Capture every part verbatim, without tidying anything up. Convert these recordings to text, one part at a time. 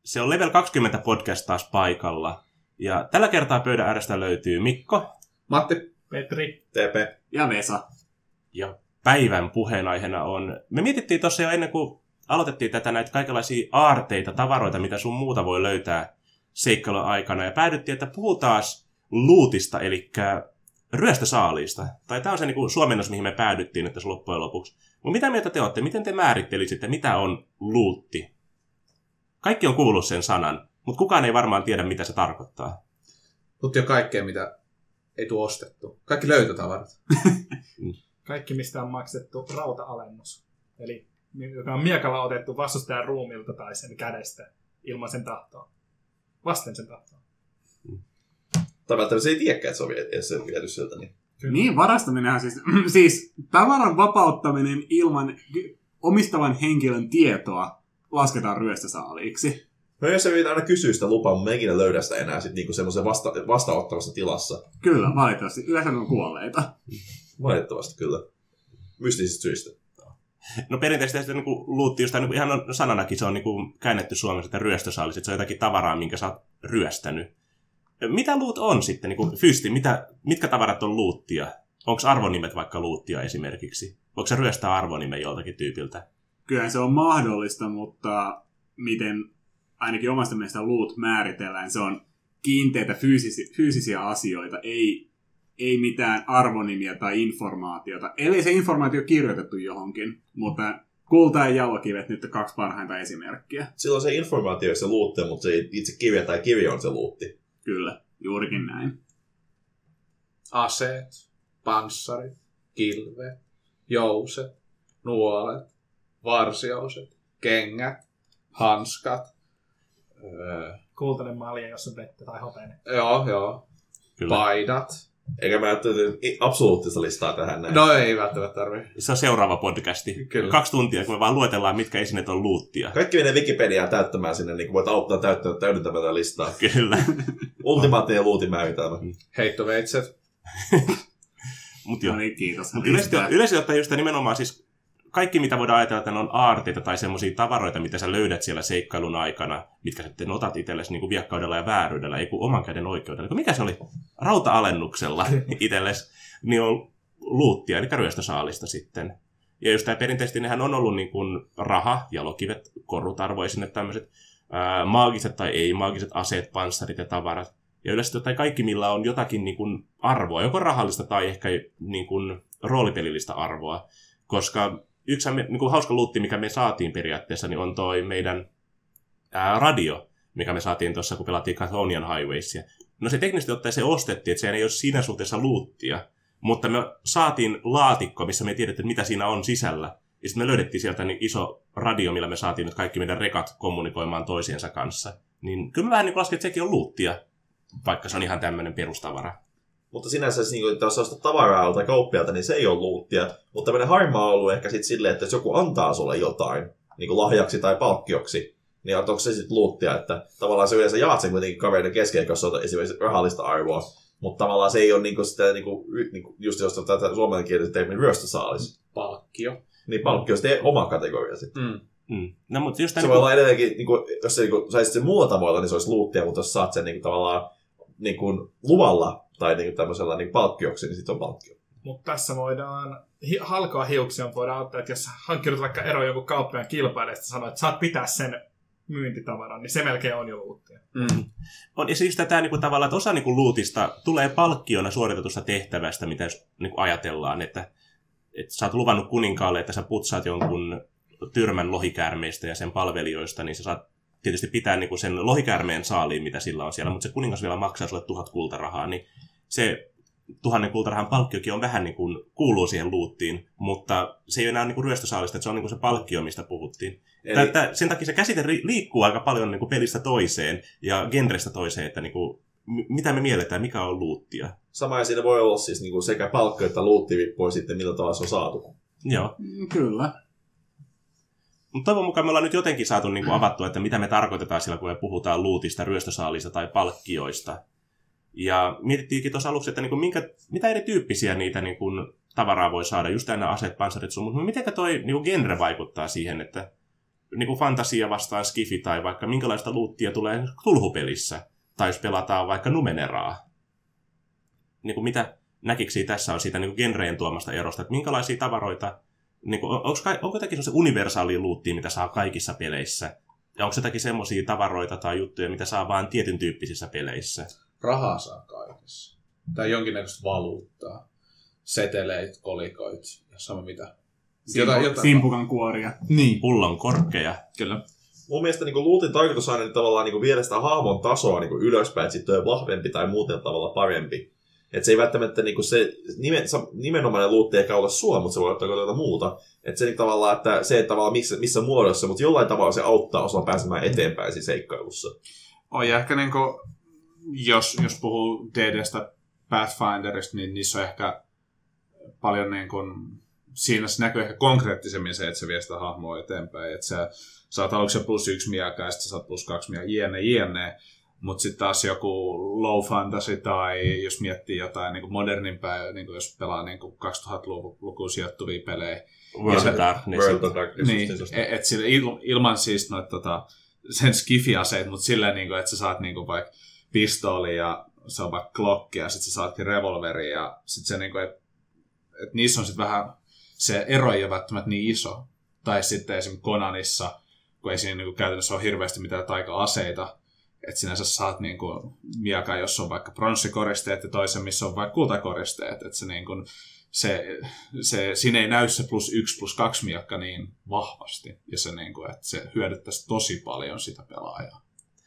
Se on Level kaksikymmentä podcast taas paikalla. Ja tällä kertaa pöydän äärestä löytyy Mikko, Matti, Petri, T P ja Vesa. Ja päivän puheenaiheena on... Me mietittiin tuossa jo ennen kuin aloitettiin tätä näitä kaikenlaisia aarteita, tavaroita, mitä sun muuta voi löytää seikkailun aikana. Ja päädyttiin, että puhutaan lootista, eli ryöstösaaliista. Tai tämä on se niin kuin suomennos, mihin me päädyttiin nyt tässä loppujen lopuksi. Mutta mitä mieltä te olette? Miten te määrittelisitte, mitä on lootti? Kaikki on kuullut sen sanan, mutta kukaan ei varmaan tiedä, mitä se tarkoittaa. Tutti on kaikkea, mitä ei tule ostettu. Kaikki löytötavarat. Kaikki, mistä on maksettu rauta-alennus. Eli joka on miekalla otettu vastustajan ruumilta tai sen kädestä ilman sen tahtoa. Vasten sen tahtoa. Tai välttämättä se ei tiedäkään, että se on edes viety sieltä. Niin, niin varastaminenhan siis, siis tavaran vapauttaminen ilman omistavan henkilön tietoa lasketaan ryöstösaaliiksi. No jos se aina kysyy sitä lupaa, mutta me ikinä löydä sitä enää sit niinku semmoisen vasta- vastaanottavassa tilassa. Kyllä, valitettavasti. Yleensä ne on kuolleita. Valitettavasti kyllä. Mystisistä syistä. No perinteisesti niin lootti, just niin ihan on, sananakin se on niin kuin käännetty suomeksi, että ryöstösaalis, että se on jotakin tavaraa, minkä sä oot ryöstänyt. Mitä loot on sitten, niin kuin fysti, mitä, mitkä tavarat on loottia? Onko arvonimet vaikka loottia esimerkiksi? Voiko se ryöstää arvonimen joltakin tyypiltä? Kyllä se on mahdollista, mutta miten ainakin omasta mielestä loot määritellään, se on kiinteitä fyysisi, fyysisiä asioita, ei, ei mitään arvonimiä tai informaatiota. Eli se informaatio on kirjoitettu johonkin, mutta kulta ja jalokivet nyt kaksi parhainta esimerkkiä. Silloin se informaatio on se lootti, mutta se itse kirja tai kirja on se lootti. Kyllä, juurikin näin. Aseet, panssarit, kilvet, jouset, nuolet, varsiouset, kengät, hanskat. Öö, Kultainen malja, jos on vettä tai hopeinen. joo, joo. Kyllä. Paidat. Eikä mä ajattelin absoluuttista listaa tähän näin. No ei välttämättä tarvitse. Se on seuraava podcasti. Kyllä. Kaksi tuntia, kun me vaan luetellaan, mitkä esineet on loottia. Kaikki menee Wikipediaan täyttämään sinne, niin voit auttaa täyttää täydentämään tätä listaa. Kyllä. Ultimaattinen lootin määritelmä. Heittoveitset. Mut joo. No niin, kiitos. Mut yleisesti, yleisesti ottaen just nimenomaan siis kaikki, mitä voidaan ajatella, että ne on aarteita tai semmoisia tavaroita, mitä sä löydät siellä seikkailun aikana, mitkä sitten otat itsellesi niin kuin viekkaudella ja vääryydellä, ei kun oman käden oikeudella. Mikä se oli? Rauta-alennuksella itsellesi, niin on loottia, eli ryöstösaalista sitten. Ja just tämä perinteisesti nehän on ollut niin kuin raha, jalokivet, korrutarvoisin, tämmöiset ää, maagiset tai ei-maagiset aseet, panssarit ja tavarat. Ja yleisesti ottaen kaikki, millä on jotakin niin kuin arvoa, joko rahallista tai ehkä niin kuin roolipelillistä arvoa. Koska yksi niin kuin hauska luutti, mikä me saatiin periaatteessa, niin on toi meidän ää, radio, mikä me saatiin tuossa, kun pelattiin Cathonian Highwaysia. No se teknisesti ottaen se ostettiin, että se ei ole siinä suhteessa luuttia, mutta me saatiin laatikko, missä me ei tiedetty, mitä siinä on sisällä. Ja sitten me löydettiin sieltä niin iso radio, millä me saatiin nyt kaikki meidän rekat kommunikoimaan toisiensa kanssa. Niin kyllä me vähän niin lasken, että sekin on luuttia, vaikka se on ihan tämmöinen perustavara. Mutta sinänsä, niin jos ostat tavaraa tai kauppialta, niin se ei ole loottia. Mutta tämmöinen harmaa on ollut ehkä sitten silleen, että jos joku antaa sulle jotain, niin kuin lahjaksi tai palkkioksi, niin onko se sitten loottia, että tavallaan se yleensä jaat sen kuitenkin kavereiden kesken, jos on esimerkiksi rahallista arvoa. Mutta tavallaan se ei ole niinku sitä, niinku, niinku, just jos on tätä suomenkielistä termiä ryöstösaalis. Palkkio. Niin palkkio on sitten oma kategoria sitten. Mm. Mm. No, mutta just se niin voi olla edelleenkin, niinku, jos se niinku, saisit sen muulla tavoilla, niin se olisi loottia, mutta jos saat sen niinku, tavallaan niinku, luvalla tai niinku, tämmöisellä niinku, palkkioksi, niin sitten on palkkio. Mutta tässä voidaan hi- halkoa hiuksia, voidaan ottaa, että jos hankkiudut vaikka eroon jonkun kauppiaan kilpailijasta ja sanoo, että saat pitää sen myyntitavaran, niin se melkein on jo luuttia. Mm. On, ja siis tämä niinku, tavallaan, että osa niinku, luutista tulee palkkiona suoritetusta tehtävästä, mitä jos niinku, ajatellaan, että, että sä oot luvannut kuninkaalle, että sä putsaat jonkun tyrmän lohikäärmeistä ja sen palvelijoista, niin sä saat tietysti pitää niinku, sen lohikäärmeen saaliin, mitä sillä on siellä, mutta se kuningas vielä maksaa sulle tuhat kultarahaa, niin se tuhannen kultarahan palkkiokin on vähän niin kuin kuuluu siihen luuttiin, mutta se ei ole enää niin kuin ryöstösaalista, että se on niin kuin se palkkio, mistä puhuttiin. Eli... Että sen takia se käsite liikkuu aika paljon niin kuin pelistä toiseen ja genrestä toiseen, että niin kuin, mitä me mielletään, mikä on luuttia. Sama ja siinä voi olla siis niin kuin sekä palkko että luutti riippuen sitten, millä tavalla se on saatu. Joo. Kyllä. Mutta toivon mukaan me ollaan nyt jotenkin saatu niin kuin avattua, että mitä me tarkoitetaan sillä, kun me puhutaan luutista, ryöstösaalista tai palkkioista. Ja mietittiinkin tuossa aluksi, että niin kuin minkä, mitä erityyppisiä niitä niin kuin tavaraa voi saada, just nämä aseet, panssarit sun, mutta miten toi niin kuin genre vaikuttaa siihen, että niin kuin fantasia vastaan skifi tai vaikka minkälaista luuttia tulee tulhupelissä, tai jos pelataan vaikka Numeneraa. Niin kuin mitä näkiksi tässä on siitä niin kuin genreen tuomasta erosta, että minkälaisia tavaroita, niin kuin, onko, onko jotakin sellaisia universaalia luuttia, mitä saa kaikissa peleissä? Ja onko jotakin semmoisia tavaroita tai juttuja, mitä saa vain tietyn tyyppisissä peleissä? Rahaa saa kaikessa. Tai jonkinnäköistä valuuttaa. Seteleit, kolikoit ja sama mitä. Simpu, jotain, simpukan kuoria. Niin. Pullon korkkeja. Kyllä. Mun mielestä niin luutin tarkoitus aina niin tavallaan niin viedä sitä hahmon tasoa niin ylöspäin, että sitten on vahvempi tai muuten tavalla parempi. Että se ei välttämättä niin se nimen, nimenomainen luutti eikä ole sua, mutta se voi ottaa jotain muuta. Että se niin tavallaan, että se, että tavallaan missä, missä muodossa, mutta jollain tavalla se auttaa osua pääsemään eteenpäin siinä seikkailussa. On ja ehkä niin kuin, jos, jos puhuu D D:stä, Pathfinderista, niin niissä on ehkä paljon niin kuin, siinä se näkyy ehkä konkreettisemmin se, että se vie sitä hahmoa eteenpäin. Että sä saat aluksi plus yksi miaka ja sitten sä saat plus kaksi miaka, jne, jne. Mutta sitten taas joku low fantasy tai jos miettii jotain niin modernimpää, niin jos pelaa niin kaksituhattalukuun sijoittuvia pelejä. World of Darkness. World of Darkness. Niin, että et il, ilman siis noita tota, sen skifi-aseet, mutta sillä niin että sä saat niin vaikka pistooli ja se on vaikka klokki ja sitten sä saatkin revolveri ja sitten se niin että et niissä on sitten vähän se ero ei ole välttämättä niin iso. Tai sitten esimerkiksi Conanissa, kun ei siinä niin käytännössä ole hirveästi mitään taika-aseita, että sinänsä saat niin kuin miaka, jos on vaikka pronssikoristeet ja toisen, missä on vaikka kultakoristeet. Että se, niin kuin, se, se, siinä ei näy se plus yksi, plus kaksi miakka niin vahvasti. Ja se, niin kuin, että se hyödyttäisi tosi paljon sitä pelaajaa.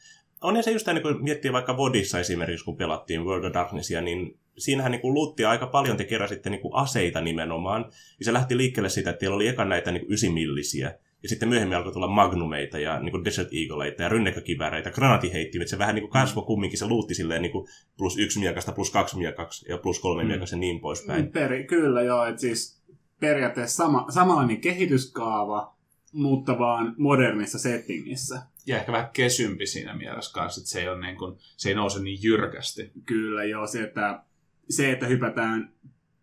On ja se just niin kun miettii vaikka Vodissa esimerkiksi, kun pelattiin World of Darknessia, niin siinähän niin kuin luuttia aika paljon te keräsitte niin kuin aseita nimenomaan. Ja se lähti liikkeelle siitä, että teillä oli eka näitä niin kuin ysimillisiä. Ja sitten myöhemmin alkoi tulla magnumeita ja niin kuin Desert Eagleita ja rynnäkkökivääreitä, granaatiheittimet. Se vähän niin kuin kasvoi kumminkin se luutti silleen niin kuin plus yksi miakasta, plus kaksi miakaksi ja plus kolme mm. miakasta ja niin poispäin. Peri, kyllä joo, että siis periaatteessa sama, samanlainen kehityskaava, mutta vaan modernissa settingissä. Ja ehkä vähän kesympi siinä mielessä kanssa, että se ei, ole niin kuin, se ei nouse niin jyrkästi. Kyllä joo, se että, se, että hypätään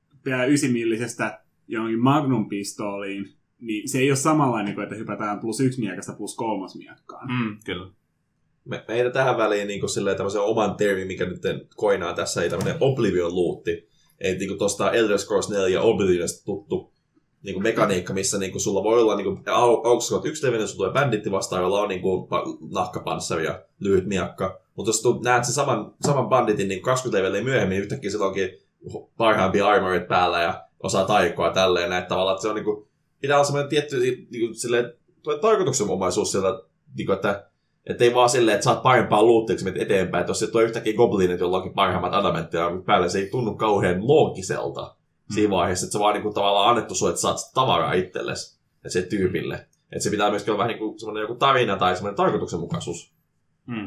ysimillisestä johonkin magnum-pistooliin, niin se ei ole samanlainen kuin, että hypätään plus yksi miekasta plus kolmas miekkaan. Mm, kyllä. Me, meidän tähän väliin niin kuin tämmöisen oman termin, mikä nyt koinaa tässä, ei tämmöinen Oblivion-luutti. Ei niin kuin tuosta Elder Scrolls neljä Oblivionista tuttu niin kuin mekaniikka, missä niin kuin sulla voi olla niin kuin, aluksi kun yksi levelin, sulla tulee banditti vastaan, jolla on niin kuin, nahkapanssari ja lyhyt miakka. Mutta jos tu, näet sen saman, saman banditin niin kaksikymmentä leveliä myöhemmin, niin yhtäkkiä sillä onkin parhaimpia armorit päällä ja osaa taikoa tälleen näitä tavalla. Että se on niin kuin, pitää olla semmoinen tietty niin kuin, silleen, tarkoituksenmukaisuus sillä, niin kuin, että että ei vaan silleen, että saat parempaa luutteeksi menet eteenpäin. Että jos se tulee yhtäkkiä goblinit, jolla onkin parhaimmat adamentteja päällä, se ei tunnu kauhean loogiselta siinä vaiheessa, että se vaan niinku tavallaan annettu sulle, että saat tavaraa itsellesi, että se tyypille. Että se pitää myöskin olla vähän niinku semmoinen joku tarina tai semmoinen tarkoituksenmukaisuus. Hmm.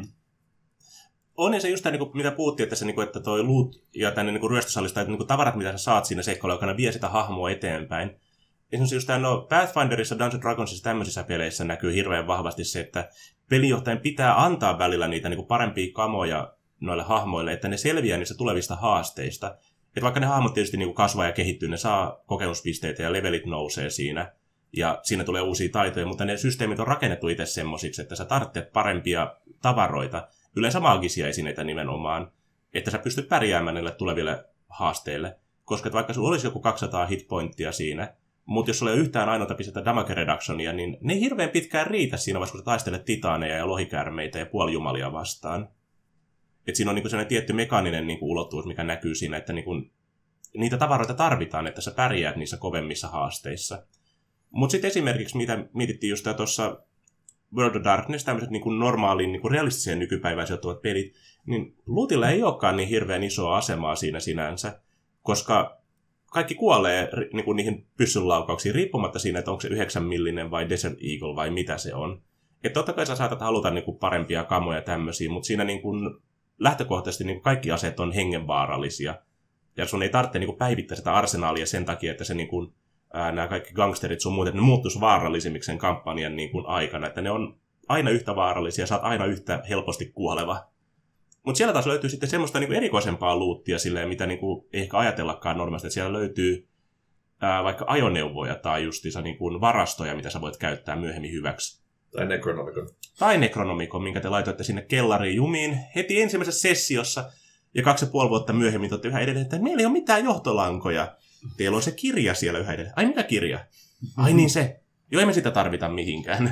On ja se just tämä, niin mitä puhuttiin, että, se, niin kuin, että toi loot ja tänne niin ryöstösallista, että niin tavalrat, mitä sä saat siinä seikkailun aikana, vie sitä hahmoa eteenpäin. Esimerkiksi just tämä, no, Pathfinderissa, Dungeons and Dragonsissa tämmöisissä peleissä näkyy hirveän vahvasti se, että pelijohtajan pitää antaa välillä niitä niin kuin parempia kamoja noille hahmoille, että ne selviää niistä tulevista haasteista. Että vaikka ne hahmot tietysti niin kuin kasvaa ja kehittyy, ne saa kokemuspisteitä ja levelit nousee siinä. Ja siinä tulee uusia taitoja, mutta ne systeemit on rakennettu itse semmosiksi, että sä tarvitset parempia tavaroita, yleensä maagisia esineitä nimenomaan, että sä pystyt pärjäämään niille tuleville haasteille. Koska vaikka sulla olisi joku kaksisataa hitpointtia siinä, mutta jos sulla ei ole yhtään ainoata pistettä damage reductionia, niin ne ei hirveän pitkään riitä siinä vaiheessa, kun sä taistelet titaaneja ja lohikäärmeitä ja puolijumalia vastaan. Että siinä on niinku sellainen tietty mekaaninen niinku ulottuvuus, mikä näkyy siinä, että niinku, niitä tavaroita tarvitaan, että sä pärjäät niissä kovemmissa haasteissa. Mutta sitten esimerkiksi, mitä mietittiin just tuossa World of Darkness, tämmöiset niinku normaaliin, niinku realistiseen nykypäivään sijoittuvat pelit, niin lootilla ei olekaan niin hirveän isoa asemaa siinä sinänsä, koska kaikki kuolee niinku niihin pyssynlaukauksiin, riippumatta siinä, että onko se yhdeksän millinen vai Desert Eagle vai mitä se on. Että totta kai sä saatat haluta niinku parempia kamoja tämmöisiä, mutta siinä niinku lähtökohtaisesti niin kaikki aseet on hengenvaarallisia. Ja sun ei tarvitse niin päivittää sitä arsenaalia sen takia, että se, niin kuin, ää, nämä kaikki gangsterit sun muut, että ne muuttuisi vaarallisemmiksi sen kampanjan niin kuin aikana. Että ne on aina yhtä vaarallisia, sä oot aina yhtä helposti kuoleva. Mutta siellä taas löytyy sitten semmoista niin kuin erikoisempaa luuttia silleen, mitä niin kuin ei ehkä ajatellakaan normaalisti. Että siellä löytyy ää, vaikka ajoneuvoja tai justiinsa niin kuin varastoja, mitä sä voit käyttää myöhemmin hyväksi. Tai Necronomicon. Tai Necronomicon, minkä te laitoitte sinne kellariin jumiin heti ensimmäisessä sessiossa. Ja kaksi ja puoli vuotta myöhemmin toitte yhä edelleen, että meillä ei ole mitään johtolankoja. Teillä on se kirja siellä yhä edelleen. Ai mikä kirja? Ai niin se. Joo, ei me sitä tarvita mihinkään.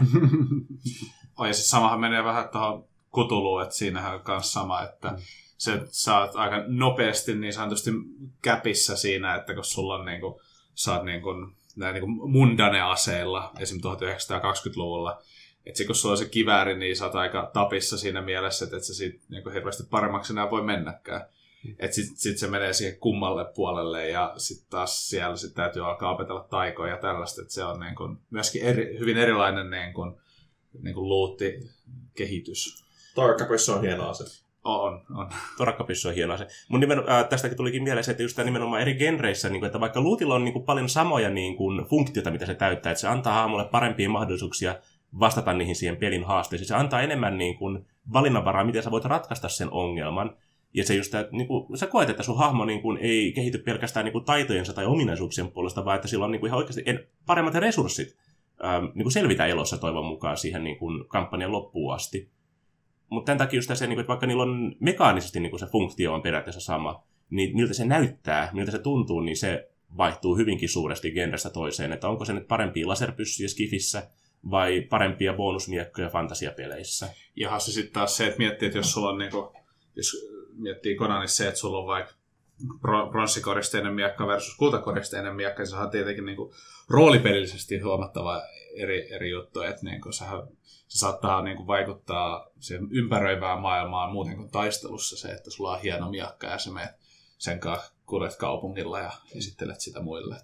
Oh, ja siis samahan menee vähän tuohon Cthulhuun, että siinähän on myös sama, että se saat aika nopeasti niin sanotusti käpissä siinä, että kun sulla on niinku, saat niinku, näin niinku mundane-aseilla, esimerkiksi tuhatyhdeksänsataakaksikymmentäluvulla, että sit, kun sulla on se kivääri, niin sä oot aika tapissa siinä mielessä, että et sä siitä niinku hirveästi paremmaksi enää voi mennäkään. Että sit, sit se menee siihen kummalle puolelle ja sitten taas siellä sit täytyy alkaa opetella taikoja ja tällaista, että se on niin kun myöskin eri, hyvin erilainen niin kun, niin kun luuttikehitys. Torakkapyssy on hieno ase. On, on. Torakkapyssy on hieno ase. Mun nimen, äh, tästäkin tulikin mieleen se, että just nimenomaan eri genreissä, niin kun, että vaikka luutilla on niin kun, paljon samoja niin kun, funktioita, mitä se täyttää, että se antaa hahmolle parempia mahdollisuuksia vastata niihin siihen pelin haasteisiin. Se antaa enemmän niin kun, valinnanvaraa, miten sä voit ratkaista sen ongelman. Ja se just, että niin kuin, sä koet, että sun hahmo niin kuin, ei kehity pelkästään niin kuin, taitojensa tai ominaisuuksien puolesta, vaan että sillä on niin kuin, ihan oikeasti en, paremmat resurssit ähm, niin kuin selvitä elossa toivon mukaan siihen niin kuin, kampanjan loppuun asti. Mutta tämän takia just se, niin kuin, että vaikka niillä on mekaanisesti niin kuin se funktio on periaatteessa sama, niin miltä se näyttää, miltä se tuntuu, niin se vaihtuu hyvinkin suuresti genrestä toiseen. Että onko se nyt parempia laserpyssyjä Skifissä vai parempia bonusmiekkoja fantasiapeleissä. Ja se sitten taas se, että miettii, että jos sulla on niinku, jos miettii Konanissa se, että sulla on vaikka bronssikoristeinen miekka versus kultakoristeinen miekka, niin se on tietenkin niinku roolipelillisesti huomattava eri, eri juttu, että niinku sehän, se saattaa niinku vaikuttaa siihen ympäröivään maailmaan muuten kuin taistelussa se, että sulla on hieno miekka ja sä menet sen kanssa kuljet kaupungilla ja esittelet sitä muille.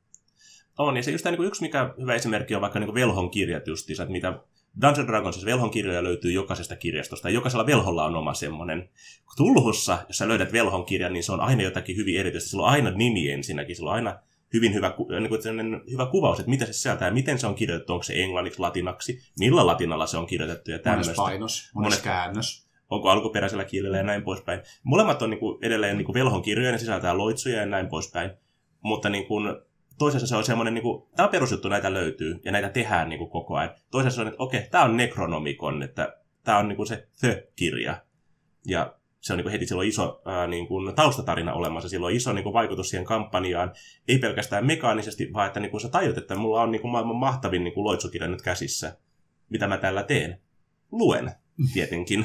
On, ja se just niin yksi mikä hyvä esimerkki on vaikka niin velhon kirjat justiinsa, että mitä Dungeons Dragonsissa velhon kirjoja löytyy jokaisesta kirjastosta, ja jokaisella velholla on oma semmoinen. Tulhussa, jos sä löydät velhon kirjan, niin se on aina jotakin hyvin erityistä. Sillä on aina nimi ensinnäkin, sillä on aina hyvin hyvä, niin kuin hyvä kuvaus, että mitä se sisältää, miten se on kirjoitettu, onko se englanniksi, latinaksi, millä latinalla se on kirjoitettu ja tämmöistä. Monessa painos, monessa käännös. Onko alkuperäisellä kielellä ja näin poispäin. Molemmat on niin kuin edelleen niin kuin velhon kirjoja, ne sisältää loitsuja ja näin poispäin, mutta niin kuin toisessa se on semmoinen, niin kuin, tämä on perusjuttu, näitä löytyy, ja näitä tehdään niin kuin, koko ajan. Toisessa on, että okei, tämä on Necronomicon, että tämä on niin kuin, se The-kirja. Ja se on niin kuin, heti silloin iso ää, niin kuin, taustatarina olemassa, silloin iso niin kuin, vaikutus siihen kampanjaan. Ei pelkästään mekaanisesti, vaan että niin kuin, sä tajut, että mulla on niin kuin, maailman mahtavin niin kuin, loitsukirja nyt käsissä. Mitä mä tällä teen? Luen, tietenkin.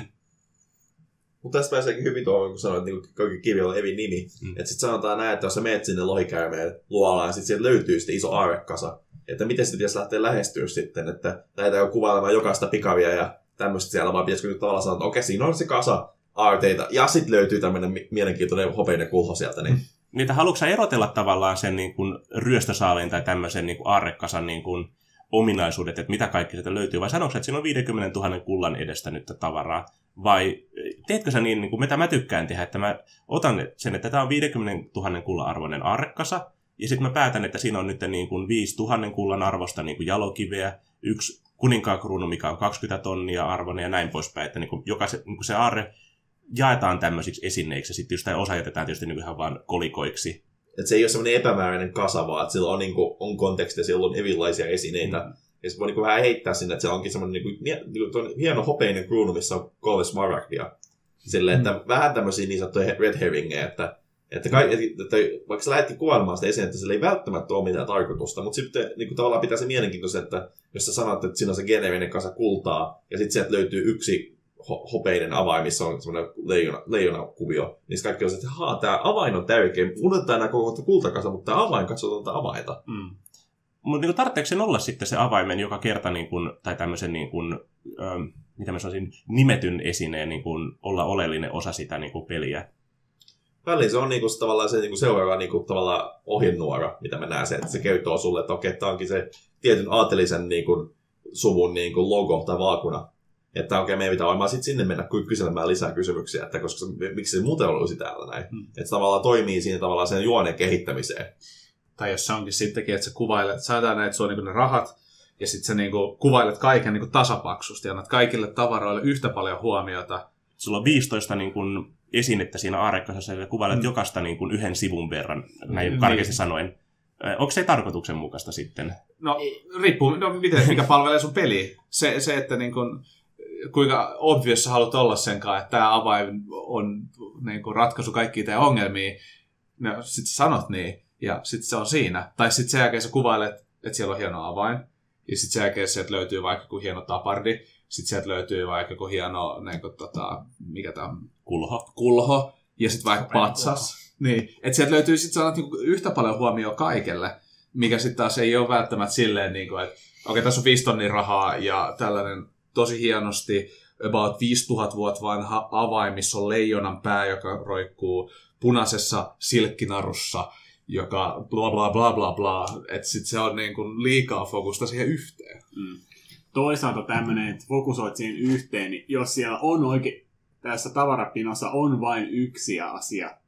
Mutta tässä pääseekin hyvin tuohon, kun sanoit, että kaikki kirjoilla on eri nimi. Mm. Että sitten sanotaan näin, että jos sä menet sinne lohikäärmeen luolaan, sitten sieltä löytyy sitten iso aarrekasa. Että miten sitten pitäisi lähteä lähestyä sitten, että lähdetään kuvailemaan jokaista pikavia ja tämmöistä siellä, vaan pitäisikö nyt tavallaan sanoa, että okei, siinä on se kasa aarteita, ja sitten löytyy tämmöinen mielenkiintoinen hopeinen kulho sieltä. Niin. Niitä haluatko sä erotella tavallaan sen niin kuin ryöstösaalin tai tämmöisen niin kuin aarrekasan niin kuin ominaisuudet, että mitä kaikki sieltä löytyy, vai sanoiko, että siinä on viisikymmentätuhatta kullan edestä nyt tavaraa, vai teetkö sä niin, niin kuin mitä mä tykkään tehdä, että mä otan sen, että tämä on viisikymmentätuhatta kullan arvoinen aarrekasa, ja sitten mä päätän, että siinä on nyt niin kuin viisituhatta kullan arvosta niin kuin jalokiveä, yksi kuninkaan kruunu, mikä on kaksikymmentä tonnia arvoinen ja näin poispäin, että niin kuin jokaisen, niin kuin se aarre jaetaan tämmöisiksi esineiksi, ja sitten just osa jätetään tietysti niin ihan vaan kolikoiksi. Että se ei ole semmoinen epämääräinen kasa, vaan että sillä on, niin kuin, on konteksti ja siellä on erilaisia esineitä. Mm. Ja sitten voi niin kuin vähän heittää sinne, että siellä onkin semmoinen niin kuin, niin kuin hieno hopeinen kruunu, missä on kolme smaragdia. Silleen, että mm. vähän tämmöisiä niin sanottuja red herringejä, että, että, kai, että, että vaikka sä lähdetkin kuvailemaan sitä esinettä, sillä ei välttämättä ole mitään tarkoitusta, mutta sitten niin kuin, tavallaan pitää se mielenkiintoista, että jos sä sanot, että siinä on se geneerinen kasa kultaa, ja sitten sieltä löytyy yksi hopeinen avain, missä on semmoinen leijona, leijonakuvio, niin kaikki on se, että haa, tämä avain on tärkeä. Unohdetaan nämä koko kultakasa, mutta tämä avain, katsotaan tätä avainta. Mm. Mutta niin tarvitseeko sen olla sitten se avaimen joka kerta, niin kun, tai tämmöisen, niin kun, ähm, mitä mä sanoisin, nimetyn esineen niin kun, olla oleellinen osa sitä niin kun, peliä? Väliin se on niinku, tavallaan se niinku, seuraava niinku, tavallaan ohjenuora, mitä mä näen sen, että se kertoo sulle, että okei, tämä onkin se tietyn aatelisen niinku, suvun niinku, logo tai vaakuna. Että okei, meidän pitää varmaan sitten sinne mennä kyselemään lisää kysymyksiä, että koska miksi se muuten olisi täällä näin. Hmm. Että tavallaan toimii siinä tavallaan sen juonen kehittämiseen. Tai jos se onkin sittenkin, että sä kuvailet, sä ajatellaan, että sulla on niin ne rahat, ja sitten sä niin kuvailet kaiken niin tasapaksusti, ja annat kaikille tavaroille yhtä paljon huomiota. Sulla on viisitoista niin kun, esinettä siinä aarrekasassa, ja kuvailet hmm. jokaista niin kun, yhden sivun verran, näin hmm. karkeasti sanoen. Onko se tarkoituksenmukaista sitten? No, riippuu, no miten, mikä palvelee sun peliä. Se, se että niin kun, kuinka obvious sä haluat olla senkaan, että tämä avain on niin kun ratkaisu kaikkiin teidän ongelmiin. No, sit sä sanot niin, ja sit se on siinä. Tai sit sen jälkeen sä kuvailet, että siellä on hieno avain. Ja sit sen jälkeen sieltä löytyy vaikka joku hieno tapardi. Sit sieltä löytyy vaikka joku hieno, niin kun, tota, mikä tää on? Kulho. Kulho. Ja sit vaikka patsas. Niin, että sieltä löytyy sitten sanat niinku yhtä paljon huomioon kaikelle, mikä sitten taas ei ole välttämättä silleen, niinku, että okei, okay, tässä on viisi tonnia rahaa ja tällainen tosi hienosti about viisituhatta vuotta vanha avain, missä on leijonan pää, joka roikkuu punaisessa silkkinarussa, joka bla bla bla bla bla, että sitten se on niinku liikaa fokusta siihen yhteen. Mm. Toisaalta tämmöinen, että fokusoit siihen yhteen, niin jos siellä on oikein, tässä tavarapinossa on vain yksi asia,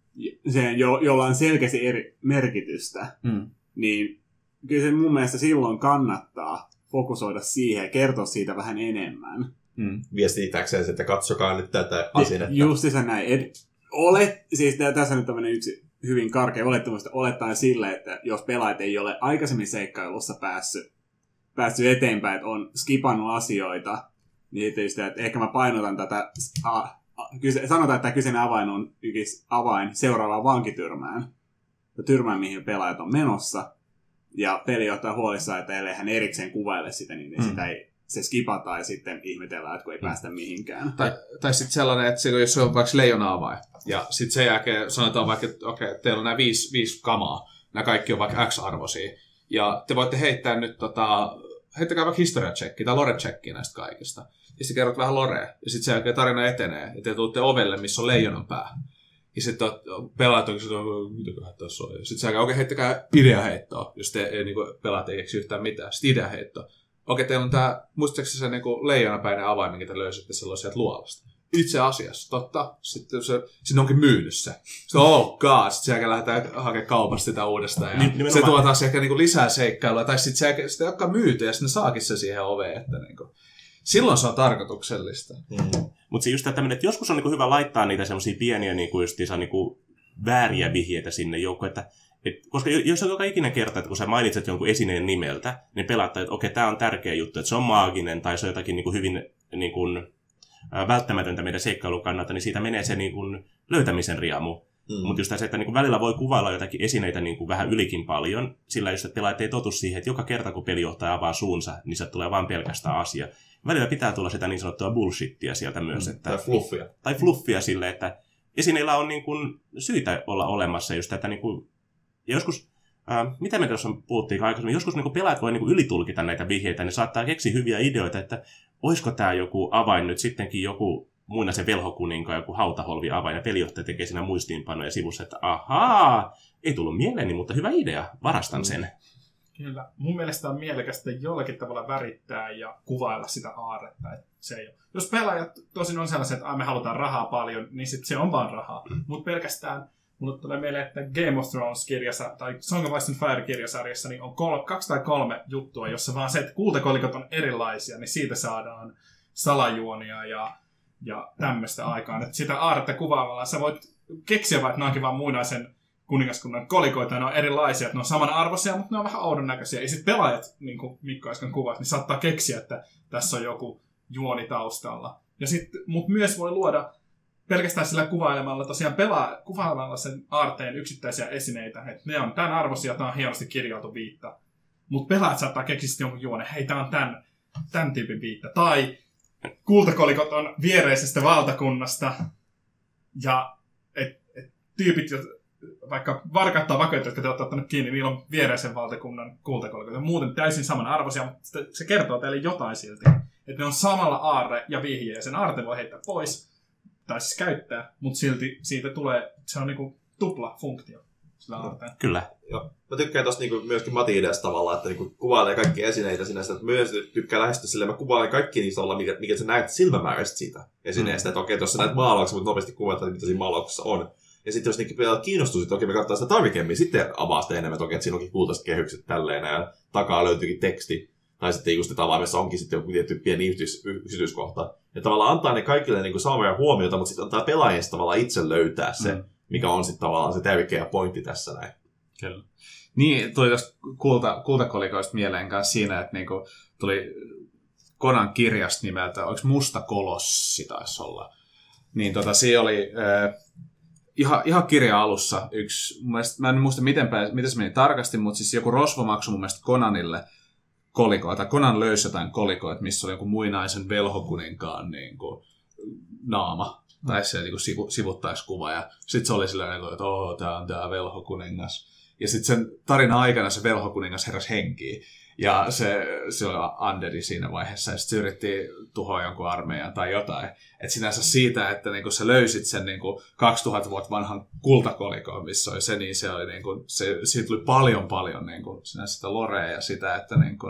se, jo, jolla on selkeästi eri merkitystä, mm. niin kyllä se mun mielestä silloin kannattaa fokusoida siihen ja kertoa siitä vähän enemmän. Mm. Viestitäkseen, että katsokaa nyt tätä asinetta. Justiinsa näin. Et, olet, siis tässä on nyt tämmöinen yksi hyvin karkea olettamusta, olettaen sille, että jos pelaajat ei ole aikaisemmin seikkailussa päässyt, päässyt eteenpäin, että on skipannut asioita, niin tietysti, että ehkä mä painotan tätä... A, sanotaan, että tämä kyseinen avain on yksi avain seuraavaan vankityrmään. Tyrmään, mihin pelaajat on menossa. Ja peli ottaa huolissaan, että ellei hän erikseen kuvaile sitä, niin mm. sitä ei, se skipataan ja sitten ihmetellään, että kun ei mm. päästä mihinkään. Tai, tai sitten sellainen, että jos se on vaikka leijona avain, ja sitten sen jälkeen sanotaan vaikka, että okei, okay, teillä on nämä viisi, viisi kamaa, nämä kaikki on vaikka X-arvoisia, ja te voitte heittää nyt, tota, heittäkää vaikka historia-checki tai lore-checki näistä kaikista. Ja sitten kerrot vähän lorea. Ja sitten sen jälkeen tarina etenee. Ja te tuutte ovelle, missä on leijonan pää. Ja sitten pelaat onkin sitä, mitäköhän tässä on. Ja sitten sen jälkeen, okei, heittäkää ideaheittoa, jos te ei, niin pelaat ei keksi yhtään mitään. Sitten ideaheittoa. Okei, teillä on tämä, muistatko se niin leijonapäinen avain, minkä te löysitte silloin sieltä luolasta? Itse asiassa, totta. Sitten se, sitten onkin myynyt se. Sitten oh god, sitten sen jälkeen lähdetään hakemaan kaupasta sitä uudestaan. Ja Nimenomaan. Se tuo taas ehkä niin lisää seikkailua. Tai sitten se jälkeen, sitten joka myyty ja sitten ne saakin se siihen oveen, että niin kuin, silloin se on tarkoituksellista. Mm. Mutta just tämmöinen, että joskus on niinku hyvä laittaa niitä semmoisia pieniä niinku justiinsa niinku vääriä vihjeitä sinne joukkoon, että et, koska jos on joka ikinen kerta, että kun sä mainitset jonkun esineen nimeltä, niin pelaattaa, että okei, tämä on tärkeä juttu, että se on maaginen tai se on jotakin niinku hyvin niinku, äh, välttämätöntä meidän seikkailun kannalta, niin siitä menee se niinku löytämisen riamu. Mm. Mutta just se, että niinku välillä voi kuvailla jotakin esineitä niinku vähän ylikin paljon, sillä just, että pelaajat ei totu siihen, että joka kerta kun pelijohtaja avaa suunsa, niin se tulee vaan pelkästään asia. Välillä pitää tulla sitä niin sanottua bullshittia sieltä myös. Että, tai fluffia. Tai fluffia sille, että esineillä on niin kuin syitä olla olemassa. Just, että niin kuin, ja joskus, äh, mitä me tuossa puhuttiin aikaisemmin, joskus niin kuin pelaajat voi niin kuin ylitulkita näitä vihjeitä, ne saattaa keksiä hyviä ideoita, että olisiko tämä joku avain nyt sittenkin joku muinaisen velhokuninka, joku hautaholvi avain, ja pelijohtaja tekee siinä muistiinpanoja sivussa, että ahaa, ei tullut mieleeni, mutta hyvä idea, varastan sen. Kyllä. Mun mielestä on mielekästä jollakin tavalla värittää ja kuvailla sitä aarretta. Että se ei ole. Jos pelaajat tosin on sellaiset, että me halutaan rahaa paljon, niin sit se on vaan rahaa. Mm. Mutta pelkästään, mulle tulee mieleen, että Game of Thrones-kirjassa tai Song of Ice and Fire-kirjasarjassa niin on kol- kaksi tai kolme juttua, jossa vaan se, että kultakolikot on erilaisia, niin siitä saadaan salajuonia ja, ja tämmöistä aikaan. Että sitä aarretta kuvaamalla sä voit keksiä, vaikka ne onkin vaan muinaisen kuningaskunnan kolikoita, ne on erilaisia, että ne on samanarvoisia, mutta ne on vähän oudon näköisiä. Ja sitten pelaajat, niin kuin Mikko äsken kuvasi, niin saattaa keksiä, että tässä on joku juoni taustalla. Ja sit, mutta myös voi luoda pelkästään sillä kuvailemalla, tosiaan pelaa, kuvailemalla sen aarteen yksittäisiä esineitä, että ne on tämän arvoisia, tämä on hienosti kirjautu viitta. Mutta pelaajat saattaa keksiä sitten jonkun juone, hei, tämä on tämän, tämän tyypin viitta. Tai kultakolikot on viereisestä valtakunnasta, ja et, et, tyypit, vaikka varkaat tai vakoit, jotka te olette ottanut kiinni, niillä on viereisen valtakunnan kultakolikoita. Muuten täysin samanarvoisia, mutta se kertoo teille jotain silti. Että ne on samalla aarre ja vihje, ja sen aarteen voi heittää pois, tai siis käyttää, mutta silti siitä tulee, se on niinku tupla funktio sillä aarteen. Kyllä. Joo. Mä tykkään tosta niinku myöskin Matin ideasta tavallaan, että niinku kuvailee kaikki esineitä sinänsä, että myös tykkää lähestyä silleen, mä kuvailen kaikki niistä olla, mikä, mikä sä näet silmämääräisesti siitä esineestä, mm. että okei, tuossa näet maalauksia, mutta nopeasti kuvata, mitä siinä maalauksessa on. Ja sitten jos niinkin pelaat kiinnostuu, että okei, me katsotaan sitä tarvikemmin, sitten avaa sitä enemmän, että okei, että siinä onkin kultaiset kehykset tälleen, ja takaa löytyykin teksti. Tai sitten just avaimessa onkin sitten joku tietty pieni yksityiskohta. Ja tavallaan antaa ne kaikille niin samoja huomiota, mutta sitten antaa pelaajista tavallaan itse löytää se, mm. mikä on sitten tavallaan se tärkeä pointti tässä näin. Kyllä. Niin, tuli tästä kulta, kultakolikoista mieleen kanssa siinä, että niinku tuli Konan kirjasta nimeltä, oliko Musta kolossi taisi olla. Niin tota, siinä oli äh, ihan, ihan kirja alussa yksi, mun mielestä, mä en muista miten, päin, miten se meni tarkasti, mutta siis joku rosvo maksoi mun mielestä Konanille kolikoita. Konan löysi jotain kolikoita, missä oli joku muinaisen velhokuninkaan niin kuin, naama. Mm. Tai se niin sivu, sivuttaiskuva. Ja sitten se oli silleen, että oh, tää on tää velhokuningas. Ja sitten sen tarinan aikana se velhokuningas heräsi henkiin. Ja se, se oli undeadi siinä vaiheessa, ja sitten se yritti tuhoa jonkun armeijan tai jotain. Että sinänsä siitä, että niinku sä löysit sen niinku kaksituhatta vuotta vanhan kultakolikon, missä oli se, niin se oli niinku, se, siitä tuli paljon paljon niinku sinänsä sitä lorea ja sitä, että, niinku,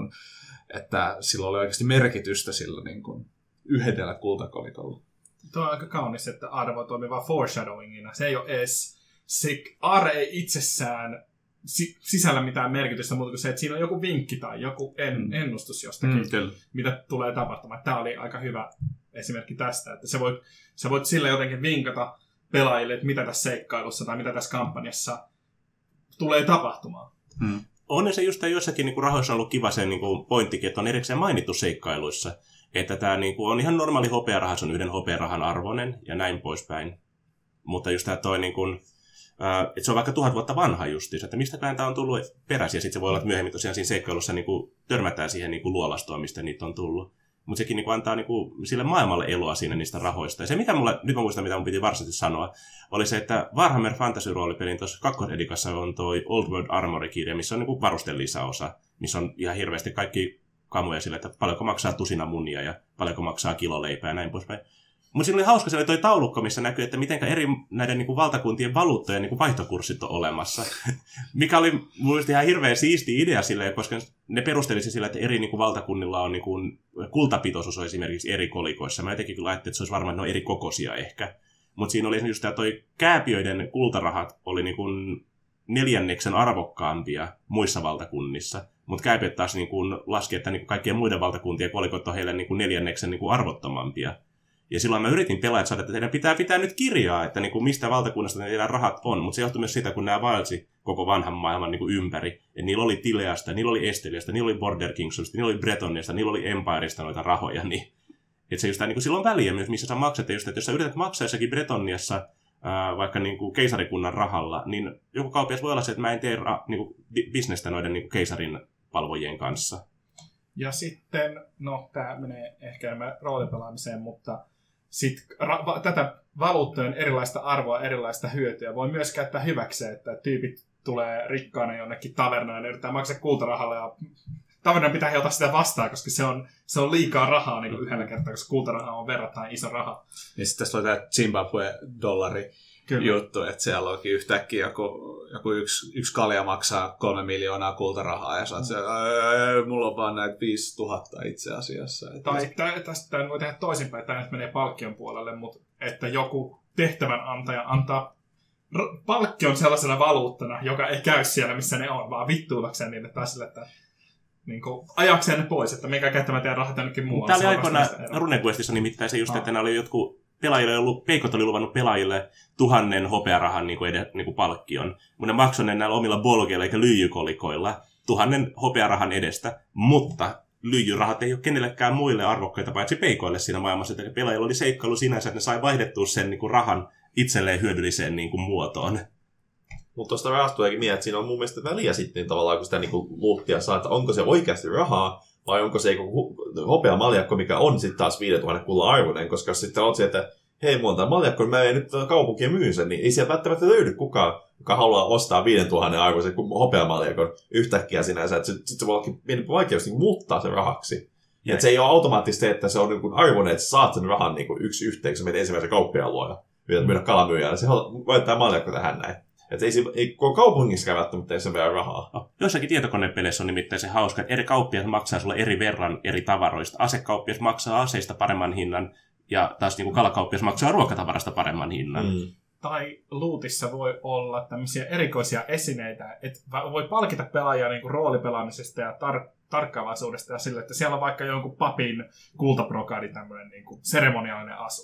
että sillä oli oikeasti merkitystä sillä niinku yhdellä kultakolikolla. Tuo on aika kaunis, että arvo toimii vaan foreshadowingina. Se ei ole edes, se aarre ei itsessään sisällä mitään merkitystä muuta kuin se, että siinä on joku vinkki tai joku en, mm. ennustus jostakin, mm, mitä tulee tapahtumaan. Tämä oli aika hyvä esimerkki tästä, että sä voit, sä voit sillä jotenkin vinkata pelaajille, että mitä tässä seikkailussa tai mitä tässä kampanjassa tulee tapahtumaan. Mm. On se just jossakin niin rahoissa ollut kiva se niin pointtikin, että on erikseen mainittu seikkailuissa, että tämä niin kuin, on ihan normaali hopearaha, se on yhden hopearahan arvoinen ja näin poispäin. Mutta just tämä toi niin kuin, Uh, että se on vaikka tuhat vuotta vanha justiinsa, että mistäkään tämä on tullut peräisin, ja sitten se voi olla, että myöhemmin tosiaan siinä seikkailussa niin kuin törmätään siihen niin kuin luolastoon, mistä niitä on tullut. Mutta sekin niin kuin antaa niin kuin sille maailmalle eloa siinä niistä rahoista. Ja se, mikä mulle, nyt mä muistan, mitä mun piti varsinaisesti sanoa, oli se, että Warhammer Fantasy-roolipelin tuossa kakkosedikassa on toi Old World Armory-kirja, missä on niin kuin varusten lisäosa, missä on ihan hirveästi kaikki kamuja sille, että paljonko maksaa tusina munia ja paljonko maksaa kilo leipää ja näin poispäin. Mutta siinä oli hauska, se oli toi taulukko, missä näkyy, että miten eri näiden niin kuin valtakuntien valuuttojen niin kuin vaihtokurssit on olemassa. Mikä oli mun ihan hirveän siisti idea silleen, koska ne perustelisi sillä, että eri niin kuin valtakunnilla on niin kuin kultapitoisuus on esimerkiksi eri kolikoissa. Mä jotenkin kyllä ajattelin, että se olisi varmaan, että ne on eri kokoisia ehkä. Mutta siinä oli just tämä toi kääpiöiden kultarahat oli niin kuin neljänneksen arvokkaampia muissa valtakunnissa. Mutta kääpiöt taas niin kuin laski, että niin kuin kaikkien muiden valtakuntien kolikot on heille niin kuin neljänneksen niin kuin arvottomampia. Ja silloin mä yritin pelaajat saada, että teidän pitää pitää nyt kirjaa, että niin kuin mistä valtakunnasta teidän rahat on. Mutta se johtui myös siitä, kun nämä vaelsi koko vanhan maailman niin kuin ympäri. Että niillä oli Tileasta, niillä oli Esteliasta, niillä oli Border Kingsista, niillä oli Bretoniasta, niillä oli Empireista noita rahoja. Niin. Että se just niin kuin silloin väliä myös, missä sä maksat. Ja just, että jos sä yrität maksaa jossakin Bretoniassa ää, vaikka niin kuin keisarikunnan rahalla, niin joku kauppias voi olla se, että mä en tee ra- niin kuin bisnestä noiden niin kuin keisarin palvojien kanssa. Ja sitten, no tää menee ehkä enemmän roolipelaamiseen, mutta sitten ra- tätä valuuttojen erilaista arvoa, erilaista hyötyä voi myös käyttää hyväkseen, että tyypit tulee rikkaana jonnekin tavernaan ja yrittää maksaa kultarahalla ja tavernan pitää ottaa sitä vastaan, koska se on, se on liikaa rahaa niin kuin yhdellä kertaa, koska kultaraha on verrattain iso raha. Ja sitten tässä on tämä Zimbabwe-dollari juttu, että siellä onkin yhtäkkiä joku, joku yksi, yksi kalja maksaa kolme miljoonaa kultarahaa ja sä oot mm. siellä, mulla on vaan näitä viisituhatta itse asiassa. Tai tästä voi tehdä toisinpäin, tämä nyt menee palkkion puolelle, mutta että joku tehtävänantaja antaa r- palkkion sellaisena valuuttana, joka ei käy siellä, missä ne on, vaan vittuillakseen niille tai sille, että niin kuin, ajakseen ne pois, että minkä käyttämään teidän rahat jonnekin muualle. Tämä oli aikoinaan RuneQuestissa nimittäin se just, no. että ne oli jotkut pelaajille ollut, Peikot oli luvannut pelaajille tuhannen hopearahan niin kuin ed- niin kuin palkkion. Mutta ne maksoi ne näillä omilla bolgeilla eikä lyijykolikoilla tuhannen hopearahan edestä, mutta lyijyrahat ei ole kenellekään muille arvokkaita paitsi peikoille siinä maailmassa. Että pelaajilla oli seikkailu sinänsä, että ne sai vaihdettua sen niin kuin rahan itselleen hyödylliseen niin kuin muotoon. Mutta tuosta rahasta tuleekin mieleen, että siinä on mun mielestä väliä sitten tavallaan, kun sitä niin luuttia saa, että onko se oikeasti rahaa, vai onko se hopea maljakko, mikä on sitten taas viisituhatta kullan arvoinen, koska jos sitten oot sieltä, että hei, mulla on tämä maljakko, niin mä en nyt kaupunkiin myy sen, niin ei sieltä välttämättä löydy kukaan, joka haluaa ostaa viisituhatta arvoisen hopea maljakon yhtäkkiä sinänsä, että sitten sit se voi olla pieni vaikeus niin muuttaa sen rahaksi. Ja että se ei ole automaattisesti, että se on niin arvoinen, että sä saat sen rahan niin yksi yhteen, kun sä menet ensimmäisen kauppiaan luoja, yrität myydä kalamyyjälle, se voi tämä maljakko tähän näin. Että ei, ei kaupungissakaan välttämättä ei sen verran rahaa. No, joissakin tietokonepeleissä on nimittäin se hauska, että eri kauppiaat maksaa sulle eri verran eri tavaroista. Asekauppias maksaa aseista paremman hinnan ja taas niin kuin kalakauppias maksaa ruokatavarasta paremman hinnan. Mm. Tai lootissa voi olla tämmöisiä erikoisia esineitä, että voi palkita pelaajia niin kuin roolipelaamisesta ja tar- tarkkaavaisuudesta ja sille, että siellä on vaikka jonkun papin kultabrokadi tämmöinen niin kuin seremoniaalinen asu.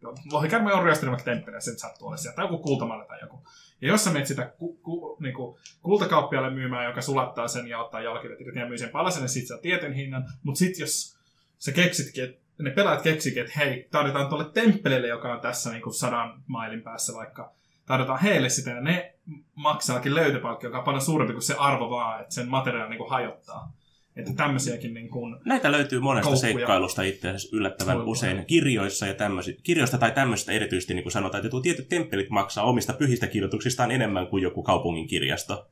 lohikärme on ryöstänyt vaikka temppeliä, sen sattuu olla sieltä, tai joku kultamalle tai joku. Ja jos sä menet sitä ku, ku, niinku, kultakauppialle myymään, joka sulattaa sen ja ottaa jalkivetit ja myy sen palasen, niin sit saa tietyn hinnan. Mutta sit jos sä keksitkin, että ne pelaajat keksikin, että hei, tarjotaan tuolle temppelille, joka on tässä niinku sadan mailin päässä vaikka, tarjotaan heille sitä, ja ne maksaakin löytöpalkki, joka on paljon suurempi kuin se arvo vaan, että sen materiaali niinku hajottaa. Että tämmöisiäkin niin kuin näitä löytyy monesta koukkuja. Seikkailusta itse asiassa yllättävän Koukkuja. usein kirjoissa ja tämmöisiä. Kirjoista tai tämmöistä erityisesti niin kuin sanotaan, että joku tietyt temppelit maksaa omista pyhistä kirjoituksistaan enemmän kuin joku kaupungin kirjasto.